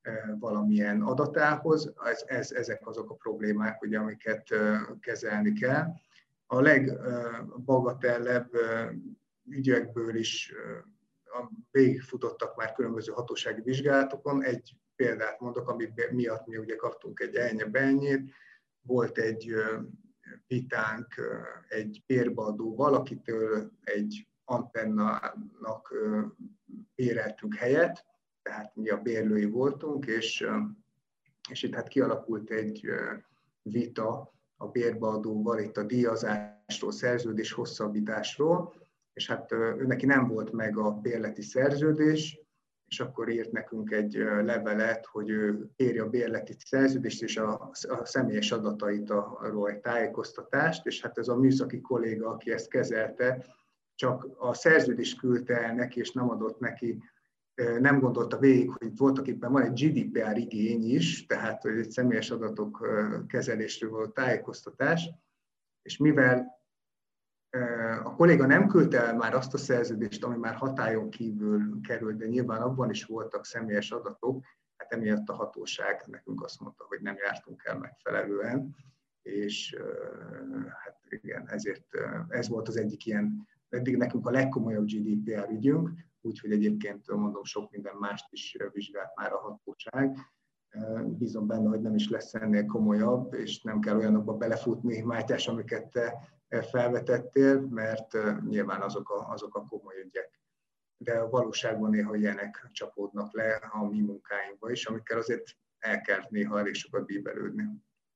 valamilyen adatához, ezek azok a problémák, ugye, amiket kezelni kell. A legbagatellebb ügyekből is végigfutottak már különböző hatósági vizsgálatokon. Egy példát mondok, ami miatt mi ugye kaptunk egy elnye-benyét. Volt egy vitánk egy bérbeadóval, akitől egy antennának béreltünk helyet, tehát mi a bérlői voltunk, és itt hát kialakult egy vita a bérbeadóval itt a díjazásról, szerződés hosszabbításról, és hát neki nem volt meg a bérleti szerződés, és akkor írt nekünk egy levelet, hogy ő kéri a bérleti szerződést és a személyes adatait arról egy tájékoztatást, és hát ez a műszaki kolléga, aki ezt kezelte, csak a szerződést küldte el neki, és nem adott neki, nem gondolta végig, hogy voltak éppen van egy GDPR igény is, tehát hogy egy személyes adatok kezelésről való tájékoztatás, és mivel a kolléga nem küldte el már azt a szerződést, ami már hatályon kívül került, de nyilván abban is voltak személyes adatok, hát emiatt a hatóság nekünk azt mondta, hogy nem jártunk el megfelelően, és hát igen, ezért ez volt az egyik ilyen, eddig nekünk a legkomolyabb GDPR ügyünk, úgyhogy egyébként mondom, sok minden mást is vizsgált már a hatóság. Bízom benne, hogy nem is lesz ennél komolyabb, és nem kell olyanokba belefutni, Mátyás, amiket te felvetettél, mert nyilván azok a komoly ügyek. De a valóságban néha ilyenek csapódnak le a mi munkáinkba is, amikkel azért el kell néha elég sokat bíbelődni.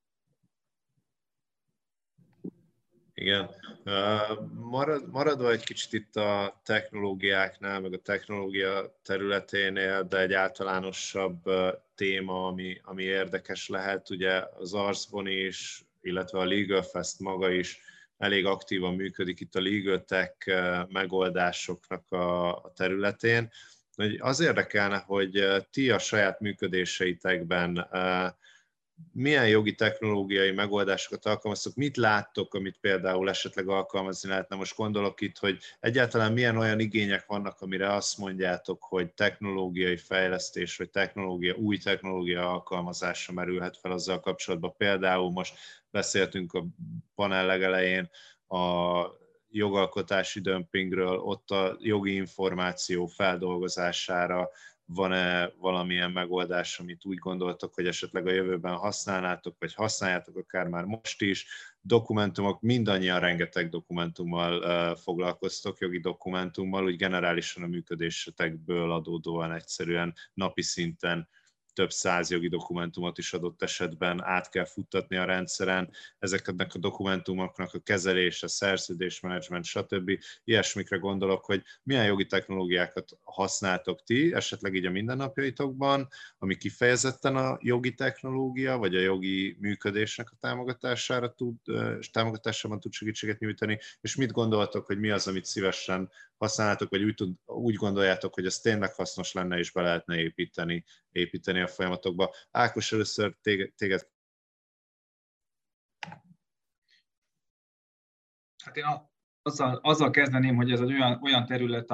Igen. Maradva egy kicsit itt a technológiáknál, meg a technológia területénél, de egy általánosabb téma, ami érdekes lehet, ugye az ARSZ-bon is, illetve a LegalFest maga is elég aktívan működik itt a Legal Tech megoldásoknak a területén. Az érdekelne, hogy ti a saját működéseitekben milyen jogi technológiai megoldásokat alkalmaztok, mit láttok, amit például esetleg alkalmazni lehetne? Most gondolok itt, hogy egyáltalán milyen olyan igények vannak, amire azt mondjátok, hogy technológiai fejlesztés, vagy új technológia alkalmazása merülhet fel azzal kapcsolatban. Például most beszéltünk a panel legelején a jogalkotási dömpingről, ott a jogi információ feldolgozására van-e valamilyen megoldás, amit úgy gondoltok, hogy esetleg a jövőben használnátok, vagy használjátok akár már most is. Dokumentumok, mindannyian rengeteg dokumentummal foglalkoztok, jogi dokumentummal, úgy generálisan a működésetekből adódóan egyszerűen napi szinten több száz jogi dokumentumot is adott esetben át kell futtatni a rendszeren, ezeknek a dokumentumoknak a kezelése, szerződésmenedzsment, stb. Ilyesmikre gondolok, hogy milyen jogi technológiákat használtok ti, esetleg így a mindennapjaitokban, ami kifejezetten a jogi technológia, vagy a jogi működésnek a támogatásában tud segítséget nyújtani, és mit gondoltok, hogy mi az, amit szívesen használnátok, vagy úgy gondoljátok, hogy ez tényleg hasznos lenne, és be lehetne építeni a folyamatokba. Ákos, először téged. Hát én azzal kezdeném, hogy ez egy olyan terület,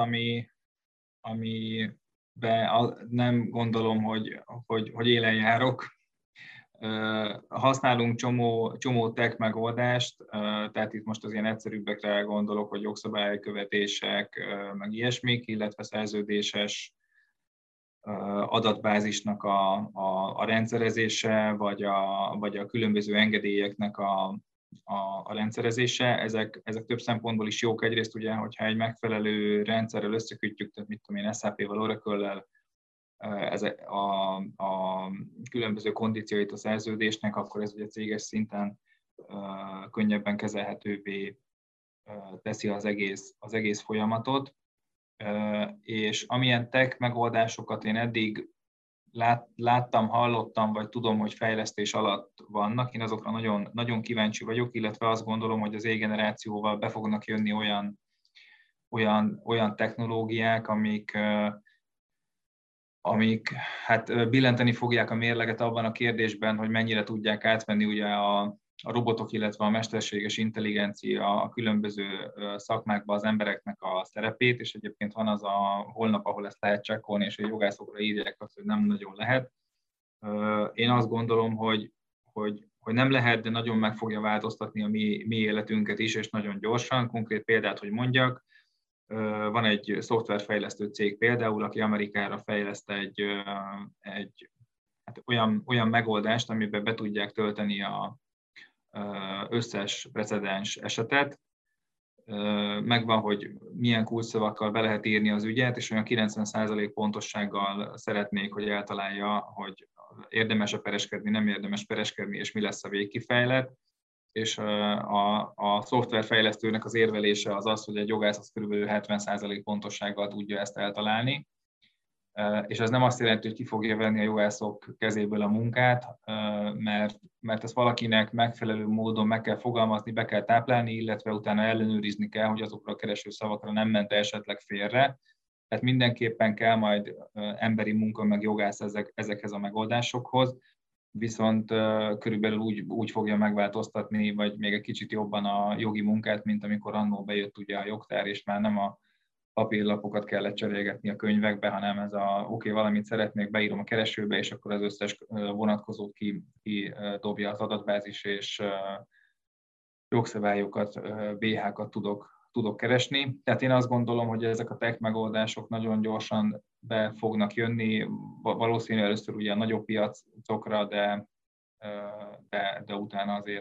amiben nem gondolom, hogy élen járok. Használunk csomó tech megoldást, tehát itt most az ilyen egyszerűbbekre gondolok, hogy jogszabálykövetések, meg ilyesmik, illetve szerződéses adatbázisnak a rendszerezése, vagy a különböző engedélyeknek a rendszerezése. Ezek több szempontból is jók. Egyrészt ugye, hogyha egy megfelelő rendszerrel összekötjük, tehát mit tudom én, SAP-val, Oracle-lel, a különböző kondícióit a szerződésnek, akkor ez ugye céges szinten könnyebben kezelhetővé teszi az egész folyamatot. És amilyen tech megoldásokat én eddig láttam, hallottam, vagy tudom, hogy fejlesztés alatt vannak, én azokra nagyon, nagyon kíváncsi vagyok, illetve azt gondolom, hogy az E-generációval be fognak jönni olyan technológiák, amik hát billenteni fogják a mérleget abban a kérdésben, hogy mennyire tudják átvenni ugye a robotok, illetve a mesterséges intelligencia a különböző szakmákban az embereknek a szerepét, és egyébként van az a holnap, ahol ezt lehet csekkolni, és a jogászokra írják azt, hogy nem nagyon lehet. Én azt gondolom, hogy nem lehet, de nagyon meg fogja változtatni a mi életünket is, és nagyon gyorsan. Konkrét példát, hogy mondjak, van egy szoftverfejlesztő cég például, aki Amerikára fejleszt egy olyan megoldást, amiben be tudják tölteni az összes precedens esetet, megvan, hogy milyen kulcsszavakkal be lehet írni az ügyet, és olyan 90% pontossággal szeretnék, hogy eltalálja, hogy érdemes-e pereskedni, nem érdemes pereskedni, és mi lesz a végkifejlet. És a szoftverfejlesztőnek az érvelése az, hogy egy jogász az kb. 70% pontossággal tudja ezt eltalálni. És ez nem azt jelenti, hogy ki fogja venni a jogászok kezéből a munkát, mert ezt valakinek megfelelő módon meg kell fogalmazni, be kell táplálni, illetve utána ellenőrizni kell, hogy azokra a kereső szavakra nem ment esetleg félre. Tehát mindenképpen kell majd emberi munka, meg jogász ezekhez a megoldásokhoz, viszont körülbelül úgy fogja megváltoztatni, vagy még egy kicsit jobban a jogi munkát, mint amikor annól bejött ugye a jogtár, és már nem a papírlapokat kellett cserélgetni a könyvekbe, hanem ez valamit szeretnék, beírom a keresőbe, és akkor az összes vonatkozót kidobja az adatbázis, és jogszabályokat, BH-kat tudok keresni. Tehát én azt gondolom, hogy ezek a tech megoldások nagyon gyorsan be fognak jönni, valószínűleg először ugye a nagyobb piacokra, de utána azért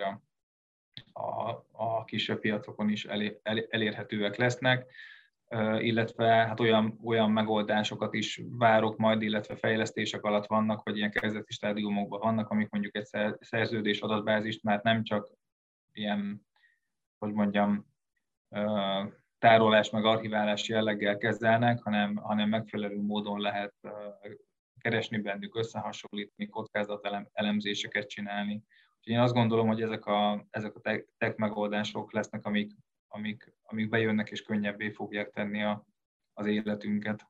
a kisebb piacokon is elérhetőek lesznek, illetve hát olyan megoldásokat is várok majd, illetve fejlesztések alatt vannak, vagy ilyen kezdeti stádiumokban vannak, amik mondjuk egy szerződés adatbázist már nem csak ilyen, hogy mondjam, tárolás meg archiválás jelleggel kezelnek, hanem megfelelő módon lehet keresni bennük, összehasonlítani, kockázatelemzéseket csinálni. Úgyhogy én azt gondolom, hogy ezek a tech megoldások lesznek, amik bejönnek és könnyebbé fogják tenni az életünket.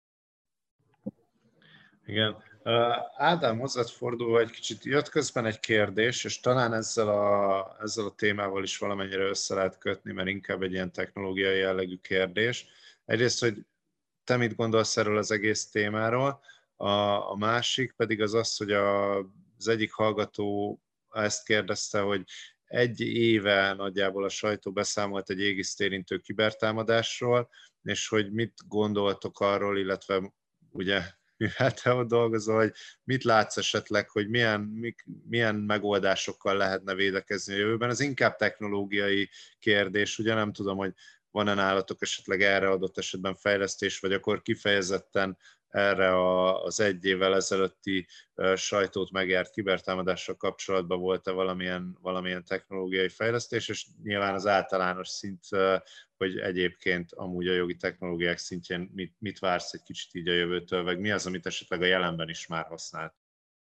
Igen. Ádám, hozzád fordulva egy kicsit jött közben egy kérdés, és talán ezzel a témával is valamennyire össze lehet kötni, mert inkább egy ilyen technológiai jellegű kérdés. Egyrészt, hogy te mit gondolsz erről az egész témáról, a másik pedig az, hogy az egyik hallgató ezt kérdezte, hogy egy éve nagyjából a sajtó beszámolt egy égiszt érintő kibertámadásról, és hogy mit gondoltok arról, illetve ugye mivel te ott dolgozol, hogy mit látsz esetleg, hogy milyen megoldásokkal lehetne védekezni a jövőben. Ez inkább technológiai kérdés, ugye nem tudom, hogy van-e nálatok esetleg erre adott esetben fejlesztés, vagy akkor kifejezetten erre az egy évvel ezelőtti sajtót megjárt kibertámadással kapcsolatban volt-e valamilyen technológiai fejlesztés, és nyilván az általános szint, hogy egyébként amúgy a jogi technológiák szintjén mit vársz egy kicsit így a jövőtől, vagy mi az, amit esetleg a jelenben is már használt?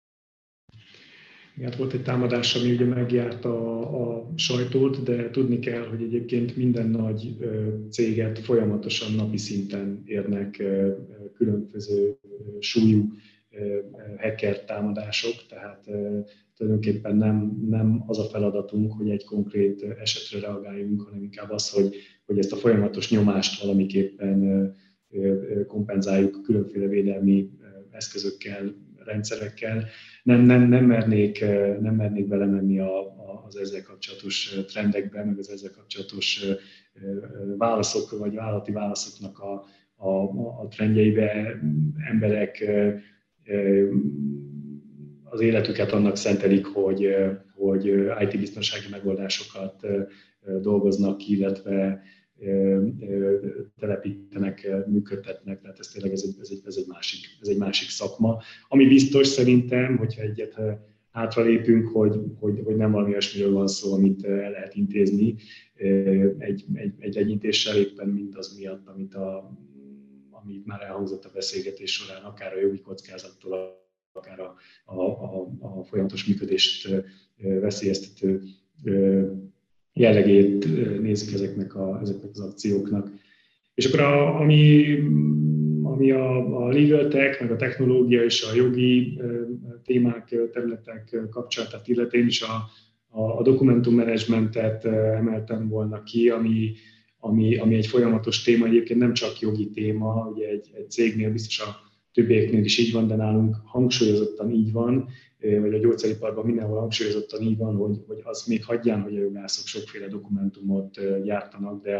Hát volt egy támadás, ami ugye megjárt a sajtót, de tudni kell, hogy egyébként minden nagy céget folyamatosan napi szinten érnek különböző súlyú hacker támadások, tehát tulajdonképpen nem az a feladatunk, hogy egy konkrét esetre reagáljunk, hanem inkább az, hogy ezt a folyamatos nyomást valamiképpen kompenzáljuk különféle védelmi eszközökkel, rendszerekkel. Nem mernék belemenni az ezzel kapcsolatos trendekbe, meg az ezzel kapcsolatos válaszok, vagy vállalati válaszoknak a trendjeibe. Emberek az életüket annak szentelik, hogy IT-biztonsági megoldásokat dolgoznak ki, illetve telepítenek, működtetnek, tehát ez tényleg ez egy másik szakma. Ami biztos szerintem, hogyha egyet hátralépünk, hogy nem valami olyasmiről van szó, amit el lehet intézni egy legyintéssel, éppen mindaz miatt, amit már elhangzott a beszélgetés során, akár a jogi kockázattól, akár a folyamatos működést veszélyeztető jellegét nézzük ezeknek az akcióknak. És akkor ami a legal tech, meg a technológia és a jogi témák, területek kapcsolatát illeti, én is a dokumentummanagementet emeltem volna ki, ami egy folyamatos téma, egyébként nem csak jogi téma, ugye egy cégnél biztos a többieknél is így van, de nálunk hangsúlyozottan így van, vagy a gyógyszeriparban mindenhol hangsúlyozottan így van, hogy az még hagyján, hogy a jogászok sokféle dokumentumot gyártanak, de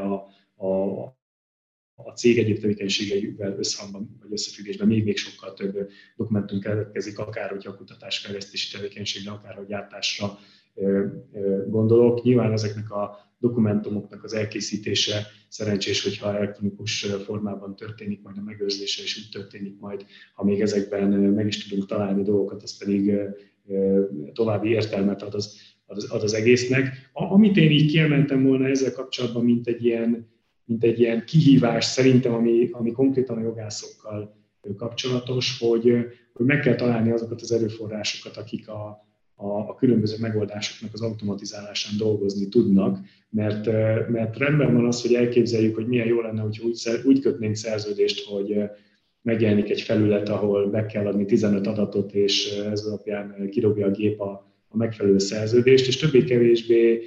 a cég egyéb tevékenységeivel összhangban vagy összefüggésben még sokkal több dokumentum keletkezik, akár hogyha a kutatásfejlesztési tevékenységre, akár a gyártásra gondolok. Nyilván ezeknek a dokumentumoknak az elkészítése szerencsés, hogyha elektronikus formában történik, majd a megőrzése is úgy történik majd, ha még ezekben meg is tudunk találni dolgokat, az pedig további értelmet ad az egésznek. Amit én így kiemeltem volna ezzel kapcsolatban, mint egy ilyen kihívás szerintem, ami konkrétan a jogászokkal kapcsolatos, hogy meg kell találni azokat az erőforrásokat, akik a különböző megoldásoknak az automatizálásán dolgozni tudnak, mert rendben van az, hogy elképzeljük, hogy milyen jó lenne, hogyha úgy kötnénk szerződést, hogy megjelenik egy felület, ahol be kell adni 15 adatot, és ez alapján kirobja a gép a megfelelő szerződést, és többé-kevésbé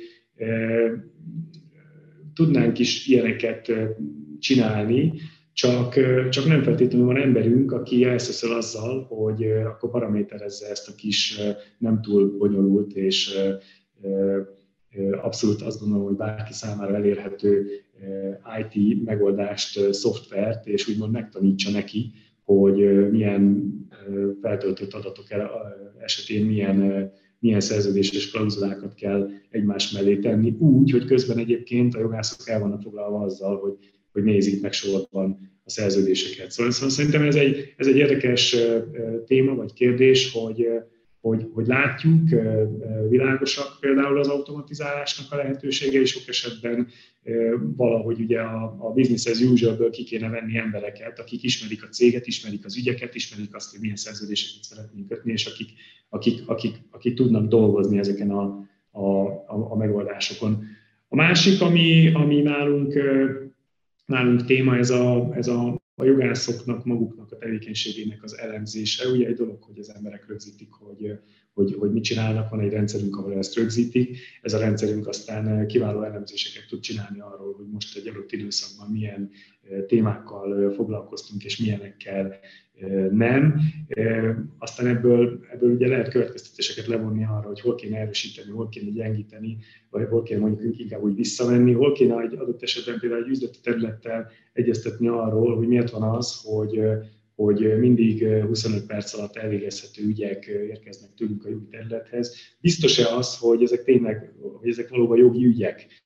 tudnánk is ilyeneket csinálni, csak nem feltétlenül van emberünk, aki elszöszöl azzal, hogy akkor paraméterezze ezt a kis nem túl bonyolult, és abszolút azt gondolom, hogy bárki számára elérhető IT megoldást, szoftvert, és úgymond megtanítsa neki, hogy milyen feltöltött adatok esetén milyen szerződéses klauzulákat kell egymás mellé tenni, úgy, hogy közben egyébként a jogászok el vannak foglalva azzal, hogy nézik meg sorban a szerződéseket. Szóval szerintem ez egy érdekes téma vagy kérdés, hogy látjuk, világosak például az automatizálásnak a lehetősége, és sok esetben valahogy ugye a business as usual-ből ki kéne venni embereket, akik ismerik a céget, ismerik az ügyeket, ismerik azt, hogy milyen szerződéseket szeretnénk kötni, és akik tudnak dolgozni ezeken a megoldásokon. A másik, ami nálunk téma, ez a jogászoknak maguknak a tevékenységének az elemzése. Ugye egy dolog, hogy az emberek rögzítik, hogy mit csinálnak, van egy rendszerünk, ahol ezt rögzítik. Ez a rendszerünk aztán kiváló elemzéseket tud csinálni arról, hogy most egy adott időszakban milyen témákkal foglalkoztunk, és milyenekkel nem. Aztán ebből ugye lehet következtetéseket levonni arra, hogy hol kéne erősíteni, hol kéne gyengíteni, vagy hol kéne mondjuk inkább úgy visszavenni, hol kéne egy adott esetben például egy üzleti területtel egyeztetni arról, hogy miért van az, hogy mindig 25 perc alatt elvégezhető ügyek érkeznek tőlünk a jogi területhez. Biztos-e az, hogy ezek valóban jogi ügyek?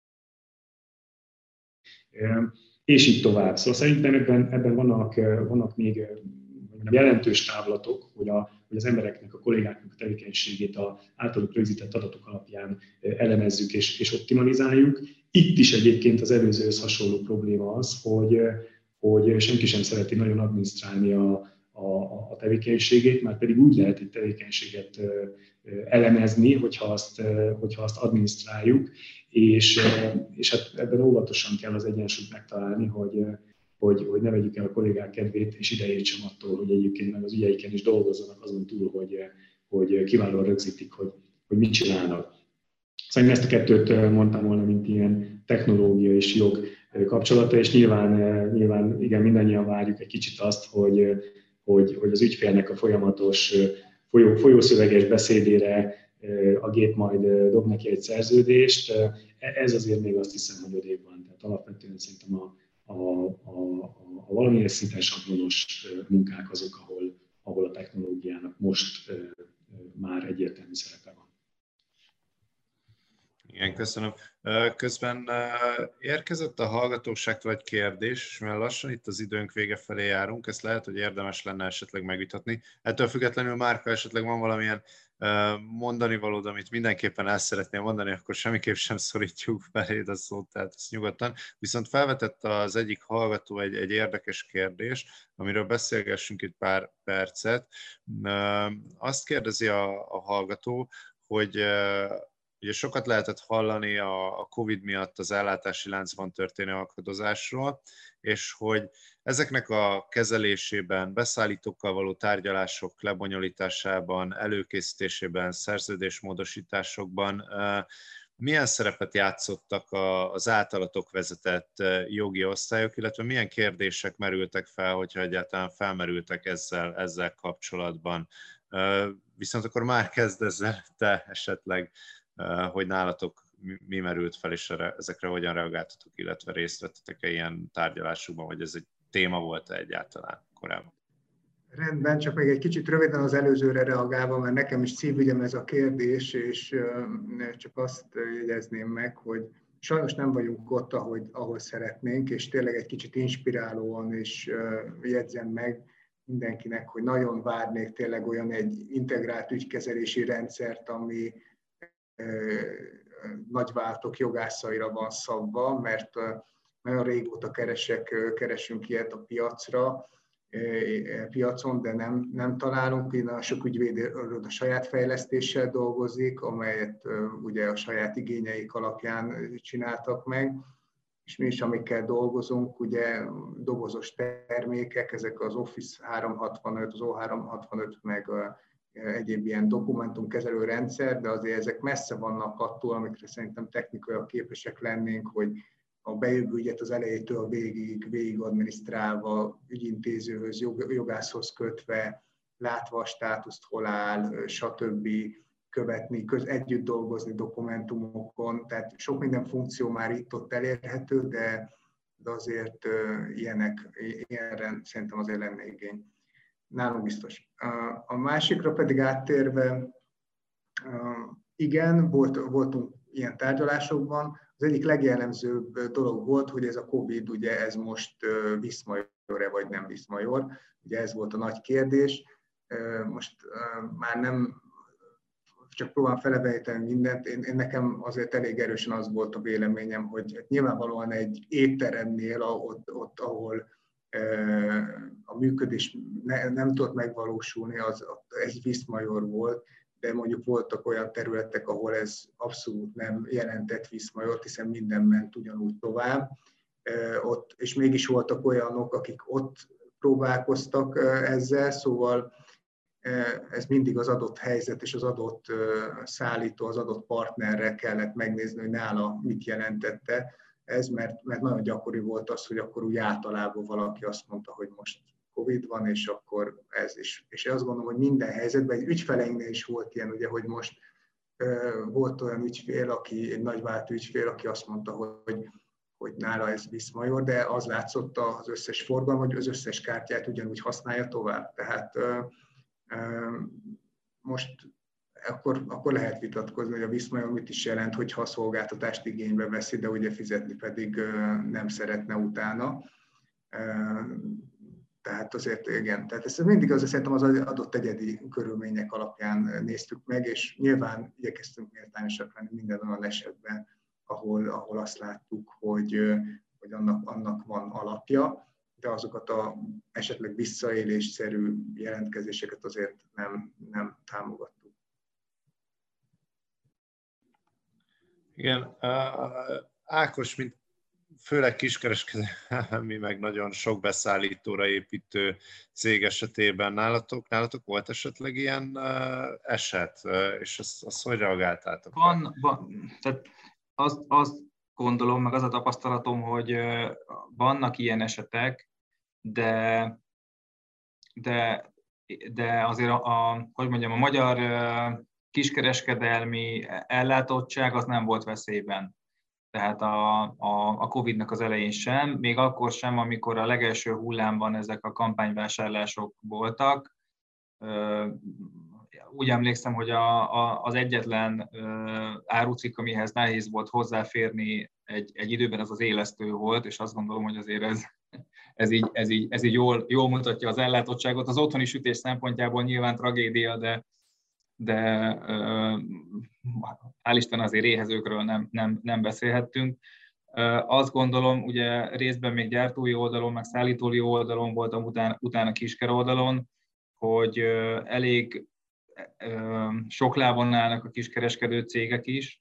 És így tovább. Szóval szerintem ebben vannak még jelentős távlatok, hogy az embereknek, a kollégáknak a tevékenységét az általuk rögzített adatok alapján elemezzük és optimalizáljuk. Itt is egyébként az előzőhöz hasonló probléma az, hogy senki sem szereti nagyon adminisztrálni a tevékenységét, már pedig úgy lehet egy tevékenységet elemezni, hogyha azt adminisztráljuk, és hát ebben óvatosan kell az egyensúlyt megtalálni, hogy ne vegyük el a kollégák kedvét és idejét sem attól, hogy egyébként meg az ügyeiken is dolgozzanak azon túl, hogy kiválóan rögzítik, hogy mit csinálnak. Szóval ezt a kettőt mondtam volna, mint ilyen technológia és jog kapcsolata, és nyilván igen, mindannyian várjuk egy kicsit azt, hogy az ügyfélnek a folyamatos folyószöveges beszédére a gép majd dob neki egy szerződést. Ez azért még azt hiszem, hogy odébb van. Tehát alapvetően szerintem a valamilyen szinten sablonos munkák azok, ahol a technológiának most már egyértelmű szerepe van. Igen, köszönöm. Közben érkezett a hallgatóságtól egy kérdés, mert lassan itt az időnk vége felé járunk, ezt lehet, hogy érdemes lenne esetleg megvitatni. Ettől függetlenül, Márka, esetleg van valamilyen mondani valód, amit mindenképpen el szeretnél mondani, akkor semmiképp sem szorítjuk beléd a szót, tehát ezt nyugodtan. Viszont felvetett az egyik hallgató egy érdekes kérdést, amiről beszélgessünk itt pár percet. Azt kérdezi a hallgató, hogy ugye sokat lehetett hallani a Covid miatt az ellátási láncban történő akadozásról, és hogy ezeknek a kezelésében, beszállítókkal való tárgyalások lebonyolításában, előkészítésében, szerződésmódosításokban Milyen szerepet játszottak az általatok vezetett jogi osztályok, illetve milyen kérdések merültek fel, hogyha egyáltalán felmerültek ezzel kapcsolatban? Viszont akkor már kezd ezzel te esetleg, hogy nálatok mi merült fel, és ezekre hogyan reagáltatok, illetve részt vettetek-e ilyen tárgyalásokban, vagy ez egy téma volt-e egyáltalán korábban? Rendben, csak még egy kicsit röviden az előzőre reagálva, mert nekem is szívügyem ez a kérdés, és csak azt jegyezném meg, hogy sajnos nem vagyunk ott, ahol szeretnénk, és tényleg egy kicsit inspirálóan is jegyzem meg mindenkinek, hogy nagyon várnék tényleg olyan egy integrált ügykezelési rendszert, ami nagyváltók jogászaira van szabva, mert nagyon régóta keresünk ilyet a piacon, de nem találunk. Én sok ügyvéd a saját fejlesztéssel dolgozik, amelyet ugye a saját igényeik alapján csináltak meg, és mi is, amikkel dolgozunk, ugye dobozos termékek, ezek az Office 365, az O365, meg egyéb ilyen dokumentumkezelő rendszer, de azért ezek messze vannak attól, amikre szerintem technikailag képesek lennénk, hogy a bejövő ügyet az elejétől végig adminisztrálva, ügyintézőhöz, jogászhoz kötve, látva a státuszt, hol áll, stb. Követni, együtt dolgozni dokumentumokon. Tehát sok minden funkció már itt-ott elérhető, de azért ilyenre szerintem azért lenne igény. Nálunk biztos. A másikra pedig áttérve, igen, voltunk ilyen tárgyalásokban. Az egyik legjellemzőbb dolog volt, hogy ez a Covid, ugye ez most viszmajor-e vagy nem viszmajor. Ugye ez volt a nagy kérdés. Most már nem csak próbálom felevejteni mindent. Én nekem azért elég erősen az volt a véleményem, hogy nyilvánvalóan egy étteremnél, ott ahol a működés nem tudott megvalósulni, ez viszmajor volt, de mondjuk voltak olyan területek, ahol ez abszolút nem jelentett viszmajort, hiszen minden ment ugyanúgy tovább. És mégis voltak olyanok, akik ott próbálkoztak ezzel, szóval ez mindig az adott helyzet és az adott szállító, az adott partnerre kellett megnézni, hogy nála mit jelentette ez, mert nagyon gyakori volt az, hogy akkor úgy általában valaki azt mondta, hogy most Covid van, és akkor ez is. És én azt gondolom, hogy minden helyzetben, egy ügyfeleinknél is volt ilyen, ugye, hogy most volt olyan ügyfél, egy nagyváltó ügyfél, aki azt mondta, hogy nála ez viszmajor, de az látszott az összes forgalom, hogy az összes kártyát ugyanúgy használja tovább. Tehát most akkor lehet vitatkozni, hogy a viszmajor mit is jelent, hogyha a szolgáltatást igénybe veszi, de ugye fizetni pedig nem szeretne utána. Tehát azért igen, tehát ezt mindig azért szerintem az adott egyedi körülmények alapján néztük meg, és nyilván igyekeztünk méltányosak lenni minden olyan esetben, ahol azt láttuk, hogy annak van alapja, de azokat esetleg visszaélésszerű jelentkezéseket azért nem támogattuk. Igen, Ákos, mint főleg kiskereskedelmi, meg nagyon sok beszállítóra építő cég esetében nálatok volt esetleg ilyen eset, és azt hogy reagáltátok? Tehát azt gondolom, meg az a tapasztalatom, hogy vannak ilyen esetek, de azért a magyar kiskereskedelmi ellátottság az nem volt veszélyben. Tehát a Covid-nak az elején sem, még akkor sem, amikor a legelső hullámban ezek a kampányvásárlások voltak. Úgy emlékszem, hogy az egyetlen árucikk, amihez nehéz volt hozzáférni egy időben, az élesztő volt, és azt gondolom, hogy azért ez így jól mutatja az ellátottságot. Az otthoni sütés szempontjából nyilván tragédia, de hál' Isten azért éhezőkről nem beszélhettünk. Azt gondolom, ugye részben még gyártói oldalon, meg szállítói oldalon voltam, utána kisker oldalon, hogy elég sok lábon állnak a kiskereskedő cégek is.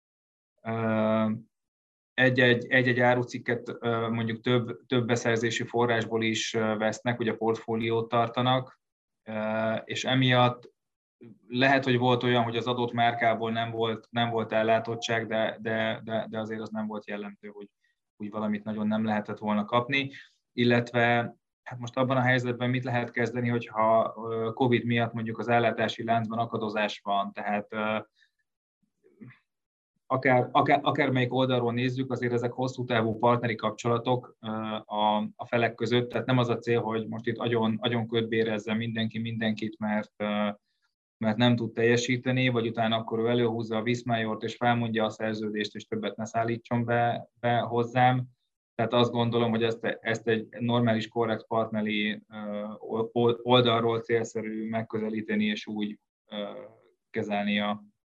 Egy árucikket mondjuk több beszerzési forrásból is vesznek, ugye portfóliót tartanak, és emiatt lehet, hogy volt olyan, hogy az adott márkából nem volt ellátottság, de azért az nem volt jellemző, hogy úgy valamit nagyon nem lehetett volna kapni. Illetve hát most abban a helyzetben mit lehet kezdeni, hogyha Covid miatt mondjuk az ellátási láncban akadozás van, tehát akármelyik oldalról nézzük, azért ezek hosszú távú partneri kapcsolatok a felek között, tehát nem az a cél, hogy most itt agyon kötbérezzen mindenki mindenkit, mert nem tud teljesíteni, vagy utána akkor ő előhúzza a viszmájort, és felmondja a szerződést, és többet ne szállítson be hozzám. Tehát azt gondolom, hogy ezt egy normális, korrekt partneri oldalról célszerű megközelíteni, és úgy kezelni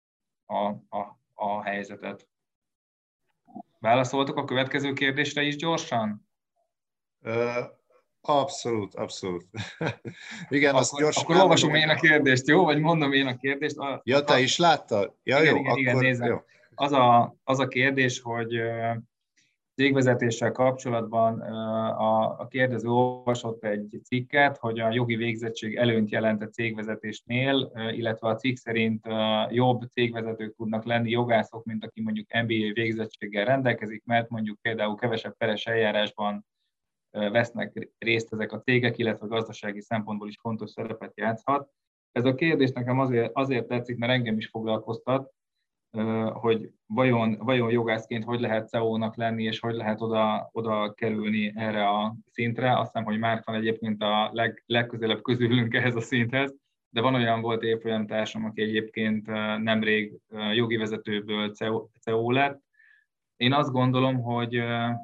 a helyzetet. Válaszoltok a következő kérdésre is gyorsan? Abszolút. Igen, azt gyorsan. Akkor olvasom én a kérdést, jó? Vagy mondom én a kérdést? Ja, te is láttad? Ja, igen, jó, igen, akkor nézem. jó. Az a kérdés, hogy cégvezetéssel kapcsolatban a kérdező olvasott egy cikket, hogy a jogi végzettség előnyt jelent a cégvezetésnél, illetve a cikk szerint jobb cégvezetők tudnak lenni jogászok, mint aki mondjuk MBA végzettséggel rendelkezik, mert mondjuk például kevesebb peres eljárásban vesznek részt ezek a cégek, illetve gazdasági szempontból is fontos szerepet játszhat. Ez a kérdés nekem azért tetszik, mert engem is foglalkoztat, hogy vajon jogászként hogy lehet CEO-nak lenni, és hogy lehet oda kerülni erre a szintre. Azt hiszem, hogy Márk van egyébként a legközelebb közülünk ehhez a szinthez, de van olyan volt évfolyamtársam, aki egyébként nemrég jogi vezetőből CEO lett. Én azt gondolom, hogy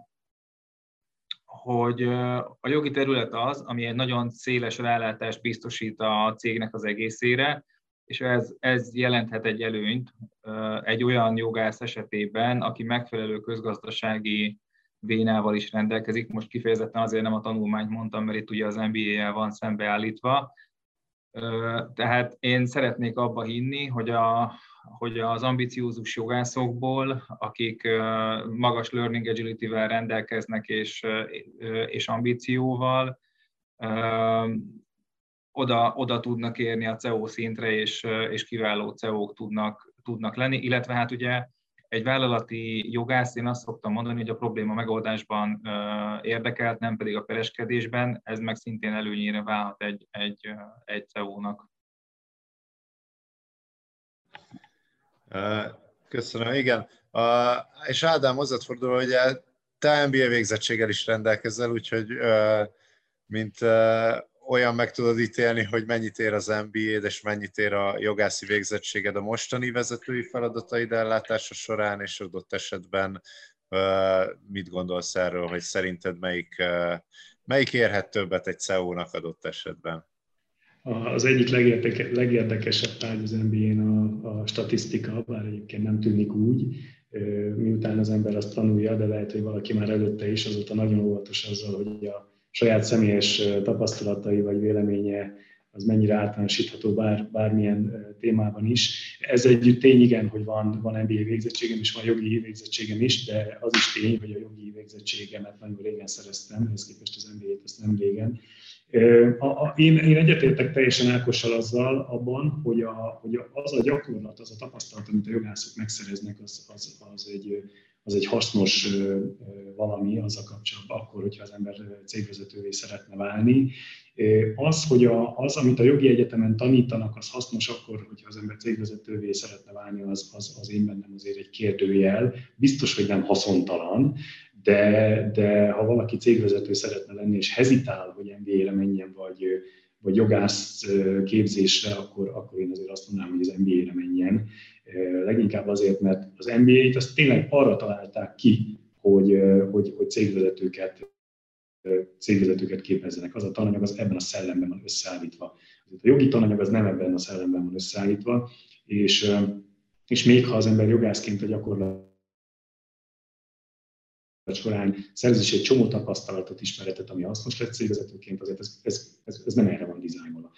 a jogi terület az, ami egy nagyon széles rálátást biztosít a cégnek az egészére, és ez jelenthet egy előnyt egy olyan jogász esetében, aki megfelelő közgazdasági vénával is rendelkezik. Most kifejezetten azért nem a tanulmányt mondtam, mert itt ugye az MBA-jel van szembeállítva. Tehát én szeretnék abba hinni, hogy az ambiciózus jogászokból, akik magas learning agility-vel rendelkeznek és ambícióval, oda tudnak érni a CEO szintre, és kiváló CEO-k tudnak lenni, illetve hát ugye egy vállalati jogász, én azt szoktam mondani, hogy a probléma megoldásban érdekelt, nem pedig a pereskedésben, ez meg szintén előnyére válhat egy CEO-nak. Köszönöm, igen. És Ádám, hozzád fordulva, hogy te MBA végzettséggel is rendelkezel, úgyhogy mint olyan meg tudod ítélni, hogy mennyit ér az MBA-d, és mennyit ér a jogászi végzettséged a mostani vezetői feladataid ellátása során, és adott esetben mit gondolsz erről, hogy szerinted melyik érhet többet egy CEO-nak adott esetben? Az egyik legérdekesebb tárgy az MBA-n a statisztika, bár egyébként nem tűnik úgy, miután az ember azt tanulja, de lehet, hogy valaki már előtte is, azóta nagyon óvatos azzal, hogy a saját személyes tapasztalatai vagy véleménye az mennyire általánosítható bármilyen témában is. Ez együtt tény, igen, hogy van MBA végzettségem és van jogi végzettségem is, de az is tény, hogy a jogi végzettségemet nagyon régen szereztem, ehhez képest az MBA-t azt nem régen. Én egyetértek teljesen Ákossal azzal abban, hogy az a gyakorlat, az a tapasztalat, amit a jogászok megszereznek, az egy hasznos valami azzal kapcsolatban, akkor, hogyha az ember cégvezetővé szeretne válni. Az, amit a jogi egyetemen tanítanak, az hasznos akkor, hogyha az ember cégvezetővé szeretne válni, az én bennem azért egy kérdőjel. Biztos, hogy nem haszontalan, de ha valaki cégvezető szeretne lenni, és hezitál, hogy MBA-re menjen, vagy jogász képzésre, akkor én azért azt mondanám, hogy az MBA-re menjen. Leginkább azért, mert az MBA-t azt tényleg arra találták ki, hogy cégvezetőket képezzenek. Az a tananyag az ebben a szellemben van összeállítva. A jogi tananyag az nem ebben a szellemben van összeállítva, és még ha az ember jogászként a gyakorlat során szerez is egy csomó tapasztalatot, ismeretet, ami hasznos lett cégvezetőként, azért ez nem erre van dizájnolva.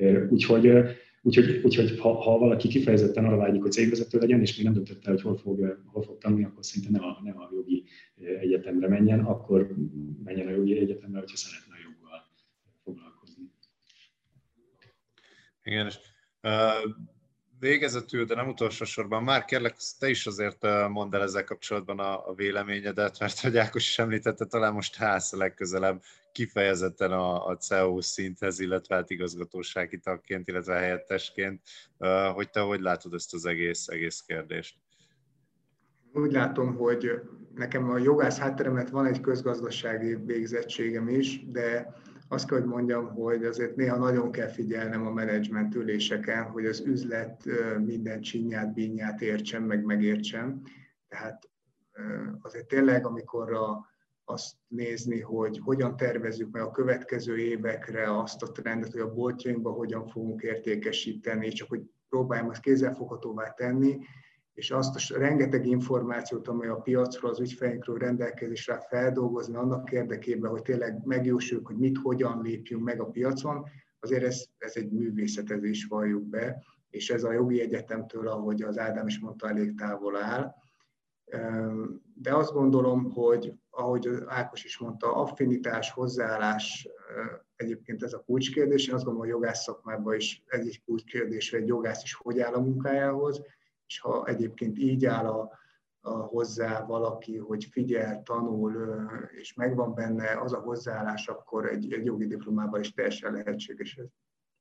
Úgyhogy ha valaki kifejezetten arra vágyik, hogy cégvezető legyen, és még nem döntött el, hogy hol fog tanulni, akkor szinte nem a jogi egyetemre menjen, akkor menjen a jogi egyetemre, hogyha szeretne a joggal foglalkozni. Igen, és Végezetül, de nem utolsó sorban, már kérlek, te is azért mondd el ezzel kapcsolatban a véleményedet, mert hogy Ákos is említette, talán most állsz a legközelebb kifejezetten a CEO szinthez, illetve hát igazgatósági tagként, illetve helyettesként, hogy te hogy látod ezt az egész kérdést? Úgy látom, hogy nekem a jogász hátteremet van egy közgazdasági végzettségem is, de azt kell, hogy mondjam, hogy azért néha nagyon kell figyelnem a menedzsment üléseken, hogy az üzlet minden csinyát, bínyát értsem, meg megértsem. Tehát azért tényleg, amikor azt nézni, hogy hogyan tervezzük meg a következő évekre azt a trendet, hogy a boltjainkban hogyan fogunk értékesíteni, csak hogy próbáljam azt kézzelfoghatóvá tenni, és azt a rengeteg információt, amely a piacról, az ügyfeleinkről rendelkezésre feldolgozni annak érdekében, hogy tényleg megjósoljuk, hogy mit, hogyan lépjünk meg a piacon, azért ez egy művészet, ez is valljuk be, és ez a jogi egyetemtől, ahogy az Ádám is mondta, elég távol áll. De azt gondolom, hogy ahogy Ákos is mondta, affinitás, hozzáállás, egyébként ez a kulcskérdés. Én azt gondolom, hogy a jogász szakmában is ez egy kulcskérdés, hogy egy jogász is hogy áll a munkájához, és ha egyébként így áll hozzá valaki, hogy figyel, tanul, és megvan benne az a hozzáállás, akkor egy jogi diplomával is teljesen lehetséges ez.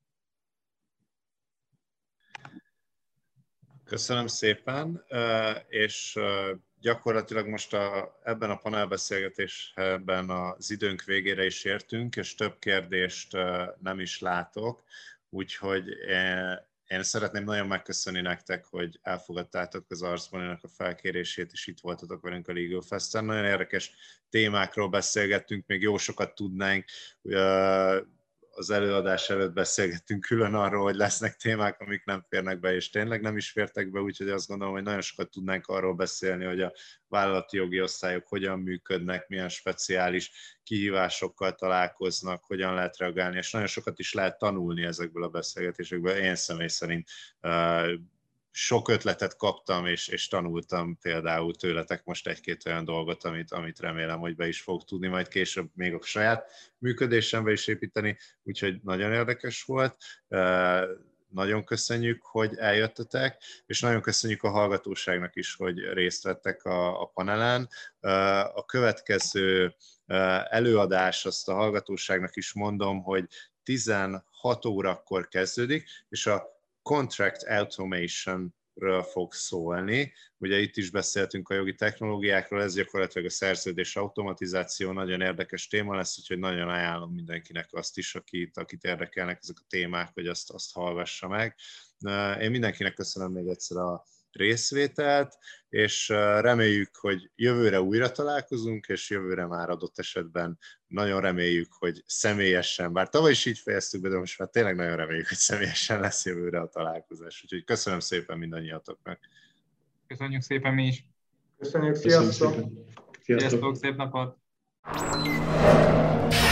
Köszönöm szépen, és gyakorlatilag most ebben a panelbeszélgetésben az időnk végére is értünk, és több kérdést nem is látok, úgyhogy én szeretném nagyon megköszönni nektek, hogy elfogadtátok az Arcboninak a felkérését, és itt voltatok velünk a Legal Festen. Nagyon érdekes témákról beszélgettünk, még jó sokat tudnánk. Az előadás előtt beszélgettünk külön arról, hogy lesznek témák, amik nem férnek be, és tényleg nem is fértek be, úgyhogy azt gondolom, hogy nagyon sokat tudnánk arról beszélni, hogy a vállalati jogi osztályok hogyan működnek, milyen speciális kihívásokkal találkoznak, hogyan lehet reagálni, és nagyon sokat is lehet tanulni ezekből a beszélgetésekből. Én személy szerint sok ötletet kaptam, és tanultam például tőletek most egy-két olyan dolgot, amit remélem, hogy be is fog tudni majd később még a saját működésembe is építeni, úgyhogy nagyon érdekes volt. Nagyon köszönjük, hogy eljöttetek, és nagyon köszönjük a hallgatóságnak is, hogy részt vettek a panelen. A következő előadás, azt a hallgatóságnak is mondom, hogy 16 órakor kezdődik, és a Contract Automation-ről fog szólni. Ugye itt is beszéltünk a jogi technológiákról, ez gyakorlatilag a szerződés automatizáció, nagyon érdekes téma lesz, úgyhogy nagyon ajánlom mindenkinek azt is, akit érdekelnek ezek a témák, hogy azt hallgassa meg. Én mindenkinek köszönöm még egyszer a részvételt, és reméljük, hogy jövőre újra találkozunk, és jövőre már adott esetben nagyon reméljük, hogy személyesen, bár tavaly is így fejeztük be, de most már tényleg nagyon reméljük, hogy személyesen lesz jövőre a találkozás. Úgyhogy köszönöm szépen mindannyiatoknak. Köszönjük szépen mi is. Köszönjük, sziasztok! Sziasztok, szép napot!